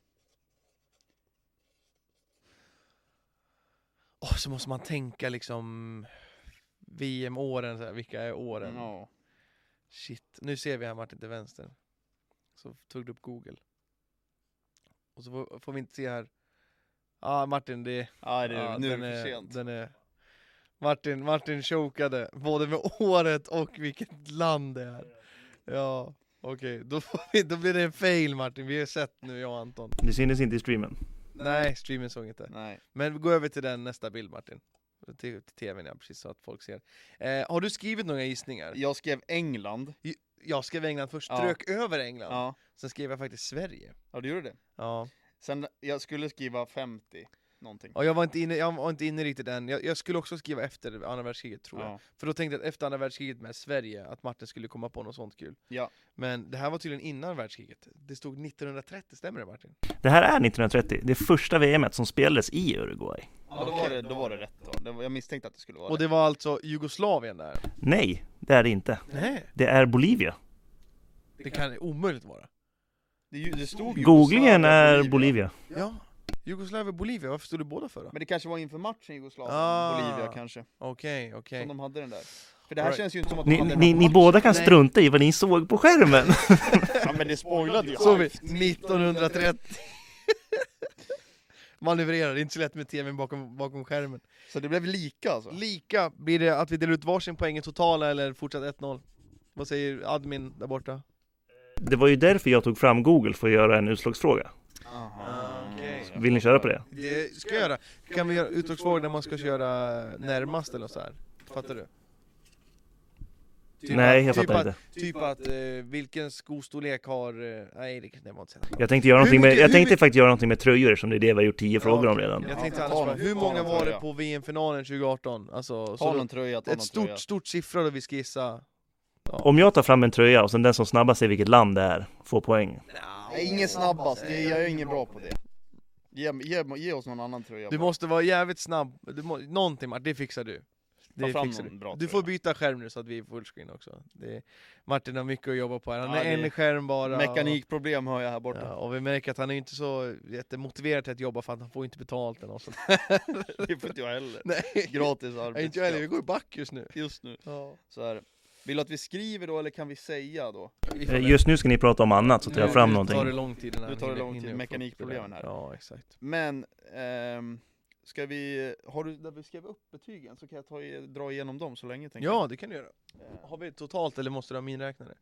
Åh, så måste man tänka liksom V M-åren, så här, vilka är åren? Ja. Shit, nu ser vi här Martin till vänster. Så tog du upp Google. Och så får, får vi inte se här. Ja, ah, Martin, det Ja, det är, ja, nu är den det för sent. Den är... Martin, Martin chokade både med året och vilket land det är. Ja, okej. Okay. Då, får vi- då blir det en fail, Martin. Vi har sett nu, jag och Anton. Det syntes inte i streamen. Nej, streamen såg inte. Nej. Men vi går över till den nästa bild, Martin. Till, till tvn, ja, precis så att folk ser. Eh, har du skrivit några gissningar? Jag skrev England. Jag skrev England först, Ja. strök över England. Ja. Sen skrev jag faktiskt Sverige. Ja, du gjorde det. Ja. Sen, jag skulle skriva femtio någonting. Och jag var inte inne, jag var inte inne riktigt än. Jag, jag skulle också skriva efter andra världskriget, tror jag. Ja. För då tänkte jag att efter andra världskriget med Sverige, att Martin skulle komma på något sånt kul. Ja. Men det här var tydligen innan världskriget. Det stod nittonhundratrettio, stämmer det, Martin? Det här är nittonhundratrettio. Det första V M-et som spelades i Uruguay. Ja, då var det, då var det rätt då. Det var, jag misstänkte att det skulle vara Och det var alltså Jugoslavien där? Nej, det är det inte. Nej, Det är Bolivia. det kan omöjligt vara. det. Det, det stod ju Googlingen Jugoslavien, är Bolivia. Ja, Jugoslavien och Bolivia, varför stod det båda för då? Men det kanske var inför matchen Jugoslavien, Ah. Bolivia kanske. Okej, okej. Som de hade den där. För det här All right. känns ju inte som att de Ni, hade den ni, på ni matchen. båda kan Nej. strunta i vad ni såg på skärmen. Ja, men det spoilade ju. Så vi, nittonhundratrettio. Manövrerar, det är inte så lätt med tvn bakom, bakom skärmen. Så det blev lika alltså. Lika, blir det att vi delar ut varsin poäng i totala eller fortsatt ett noll? Vad säger admin där borta? Det var ju därför jag tog fram Google för att göra en utslagsfråga. okej. Vill ni köra på det? Det ska jag göra. Kan vi göra utslagsfrågor när man ska köra närmast eller så här? Fattar du? Typ Nej, jag typ fattar att, inte. Typ att, eh, vilken skostorlek har... Eh, nej, det, det var inte så jävla bra. Jag tänkte, göra Hur någonting med, mycket- jag hur tänkte mycket- faktiskt göra någonting med tröjor, som det är det vi har gjort tio frågor om redan. Jag tänkte Ja, annars ta bara, någon- hur ta många någon var det tröja. på V M-finalen tjugo arton? Alltså, Ta så någon då, tröja, ta ett någon stort, tröja. stort siffra då vi ska gissa. Om jag tar fram en tröja och sen den som snabbast säger vilket land det är får poäng. Nej, ingen snabbast, det, jag är ingen bra på det. Ge, ge, ge oss någon annan tröja. Du bara. måste vara jävligt snabb. Du må, någonting, Martin, det fixar du. Ta Det fram fixar någon du. bra Du tröja. får byta skärm nu så att vi är fullscreen också. Det, Martin har mycket att jobba på här. Han Ja, är det- en skärm bara. Mekanikproblem har jag här Och, borta. ja, och vi märker att han är inte så jättemotiverad till att jobba för att han får inte betalt eller något sånt. Det får inte jag heller. Nej, Gratis Nej, inte jag heller. Vi arbetskraft. går back just nu. Just nu. Ja. Så här. Vill du att vi skriver då eller kan vi säga då? Eh, Just nu ska ni prata om annat, så tar jag fram Nu tar det någonting. lång tid. innan Nu tar det hinner- lång tid, hinner få mekanikproblemen upp det här. där. Ja, exakt. Men, ehm, ska vi, har du, där vi skrev upp betygen så kan jag ta, i- dra igenom dem så länge tänker Ja, det kan du göra. jag. Har vi totalt eller måste du ha minräknare?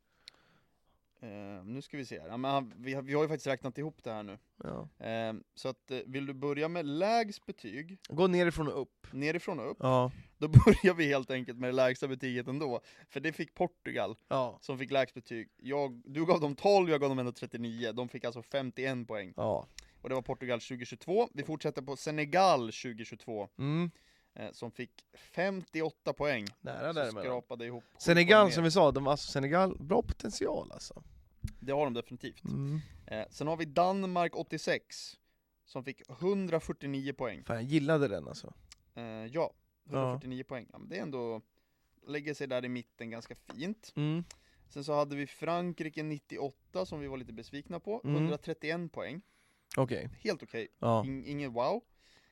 Eh, nu ska vi se här. Ja, men han- vi, har, vi har ju faktiskt räknat ihop det här nu. Ja. Ehm, så att, eh, vill du börja med lägst betyg, Gå nerifrån och upp. nerifrån och upp, Ja. då börjar vi helt enkelt med det lägsta betyget ändå. För det fick Portugal, Ja. som fick lägst betyg. Jag, du gav dem tolv, jag gav dem ändå trettionio. De fick alltså femtioen poäng. Ja. Och det var Portugal tjugohundratjugotvå. Vi fortsätter på Senegal tjugohundratjugotvå, Mm. eh, som fick femtioåtta poäng. Nära Så däremellan. skrapade ihop sju Senegal poäng som mer. vi sa, de, alltså Senegal, bra potential alltså. Det har de definitivt. Mm. Eh, sen har vi Danmark åttiosex, som fick hundrafyrtionio poäng. Fan, jag gillade den alltså. Eh, ja, hundrafyrtionio poäng. Ja, men det är ändå, lägger sig där i mitten ganska fint. Mm. Sen så hade vi Frankrike nittioåtta, som vi var lite besvikna på. Mm. hundratrettioen poäng. Okej. Helt okej. Ja. In, ingen wow.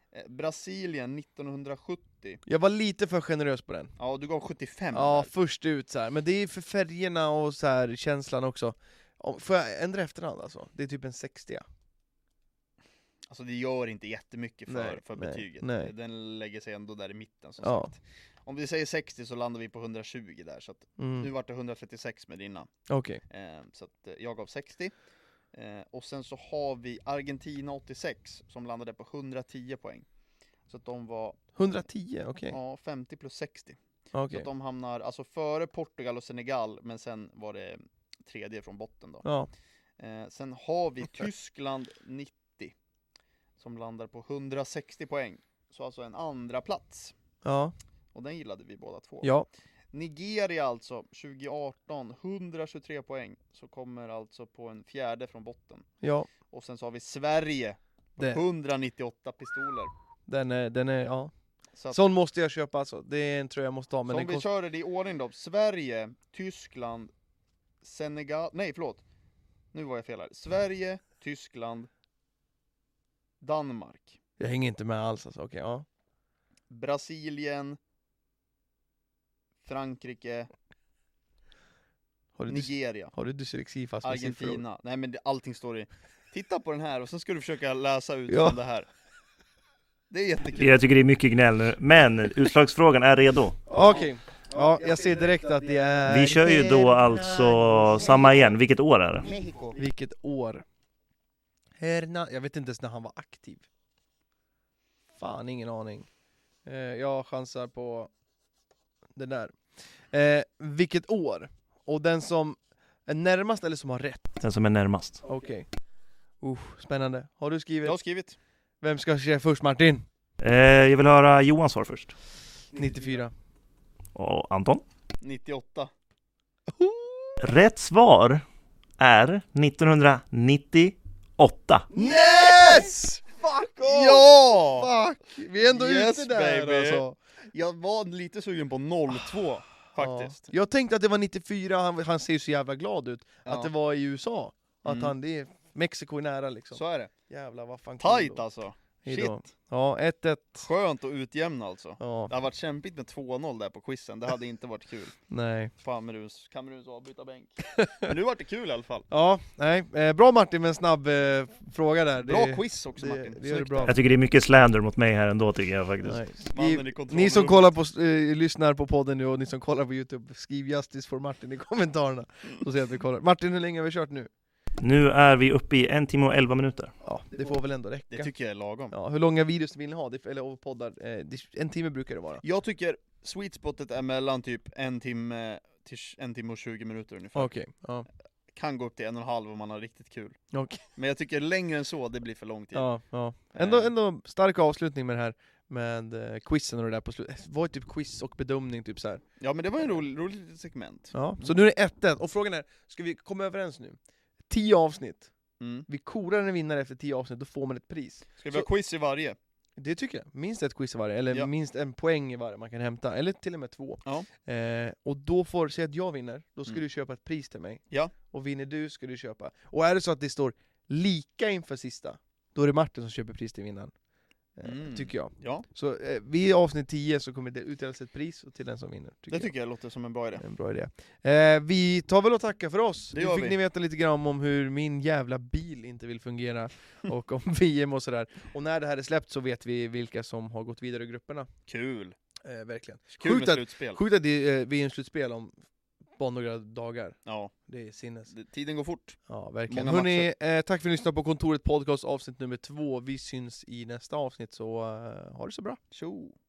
Eh, Brasilien nittonhundrasjuttio. Jag var lite för generös på den. Ja, du gav sjuttiofem Ja, där. först ut så här. Men det är för färgerna och så här känslan också. Om- Får jag ändra efterhand alltså? Det är typ en sextio. Alltså det gör inte jättemycket för, Nej, för nej, betyget. nej. Den lägger sig ändå där i mitten som Ja. sagt. Om vi säger sextio så landar vi på hundratjugo där. Så att Mm. nu vart det hundratrettiosex med dina. Okej. Eh, så att eh, jag gav sextio. Eh, och sen så har vi Argentina åttiosex som landade på hundratio poäng. Så att de var hundratio, okej. ja, femtio plus sextio. Okej. Så att de hamnar alltså före Portugal och Senegal, men sen var det tredje från botten då. Ja. Eh, sen har vi Tyskland nittio som landar på hundrasextio poäng. Så alltså en andra plats. Ja. Och den gillade vi båda två. Ja. Nigeria alltså, tjugoarton, hundratjugotre poäng. Så kommer alltså på en fjärde från botten. Ja. Och sen så har vi Sverige, på Det. hundranittioåtta pistoler. Den är, den är, ja. Så att, Sån måste jag köpa alltså. Det är en tröja jag måste ha. Men så den om vi kost... kör det i ordning då. Sverige, Tyskland, Senegal, nej förlåt. Nu var jag fel här. Sverige, Tyskland, Danmark, Jag hänger inte med alls alltså. Okej, ja. Brasilien, Frankrike, Har du, dys... Nigeria, har du dyslexi fast med siffror? Argentina. Nej men det, allting står i. Titta på den här och sen ska du försöka läsa ut Ja. från det här. Det är jättekul. Jag tycker det är mycket gnäll nu. Men utslagsfrågan är redo. Okej. Ja, jag ser direkt att det är... Vi kör ju då alltså samma igen. Vilket år är det? Mexiko. Vilket år? Herna... Jag vet inte ens när han var aktiv. Fan, ingen aning. Eh, jag chansar på det där. Eh, vilket år? Och den som är närmast eller som har rätt? Den som är närmast. Okej. Uh, spännande. Har du skrivit? Jag har skrivit. Vem ska säga först, Martin? Eh, jag vill höra Johans svar först. nittiofyra. Och Anton? nittioåtta. Rätt svar är nittonhundranittioåtta. Yes! Fuck off! Ja! Fuck! Vi är ändå Yes, ute där baby. alltså. Jag var lite sugen på noll två faktiskt. Ja. Jag tänkte att det var nittiofyra, han, han ser ju så jävla glad ut. Ja. Att det var i U S A. Att Mm. han, det är, Mexiko är nära liksom. Så är det. Jävlar vad fan Tight då. alltså. Hejdå. Shit. Ja, ett ett. Skönt att utjämna alltså. Ja, Det har varit kämpigt med två noll där på quizen. Det hade inte varit kul. nej. Kameruns, Kameruns avbytarbänk. Men nu vart det kul i alla fall. Ja, nej. Eh, bra Martin med en snabb eh, fråga där. Bra det, quiz också det- Martin. det gör du Snyggt bra. där. Jag tycker det är mycket slander mot mig här ändå tycker jag faktiskt. Nej. Mannen i Skriv, kontrollrummet. ni som kollar på, eh, lyssnar på podden nu och ni som kollar på YouTube, skriv Justice for Martin i kommentarerna. Så ser jag att vi kollar. Martin, hur länge har vi kört nu? Nu är vi uppe i en timme och elva minuter. Ja, det får väl ändå Det räcka. tycker jag är lagom. Ja, hur långa videos vill ni ha? Det, eller och poddar? Eh, det, en timme brukar det vara. Jag tycker sweet spotet är mellan typ en timme till en timme och tjugo minuter ungefär. Okej, ja. Kan gå upp till en och en halv om man har riktigt kul. Okej. Men jag tycker längre än så, det blir för lång tid. Ja, ja. Ändå, Eh. ändå stark avslutning med det här med eh, quizen och det där på slutet. Det var ju typ quiz och bedömning typ så här. Ja men det var en rolig, rolig litet segment. Ja, så nu är det ett ett. Och frågan är, ska vi komma överens nu? Tio avsnitt. Mm. Vi korar en vinnare efter tio avsnitt, då får man ett pris. Ska vi ha quiz i varje? Det tycker jag. Minst ett quiz i varje, eller Ja. minst en poäng i varje man kan hämta. Eller till och med två. Ja. Eh, och då får, säg att jag vinner, då ska Mm. du köpa ett pris till mig. Ja. Och vinner du ska du köpa. Och är det så att det står lika inför sista, då är det Martin som köper pris till vinnaren. Eh, Mm. Tycker jag. Ja, Så eh, vid avsnitt tio så kommer det utdelas ett pris och till den som vinner. Tycker det tycker jag låter som en bra idé. jag. En bra idé. Eh, vi tar väl och tackar för oss. Det Nu gör fick vi. ni veta lite grann om hur min jävla bil inte vill fungera. Och om V M och sådär. Och när det här är släppt så vet vi vilka som har gått vidare i grupperna. Kul! Eh, verkligen. Kul Sjukt med att- slutspel. Sjukt att det är V M-slutspel om bara några dagar. Ja, Det är sinnes. det- tiden går fort. Ja, verkligen. Många Hörrni, eh, tack för att ni lyssnade på Kontoret Podcast avsnitt nummer två. Vi syns i nästa avsnitt, så eh, ha det så bra. Tjo!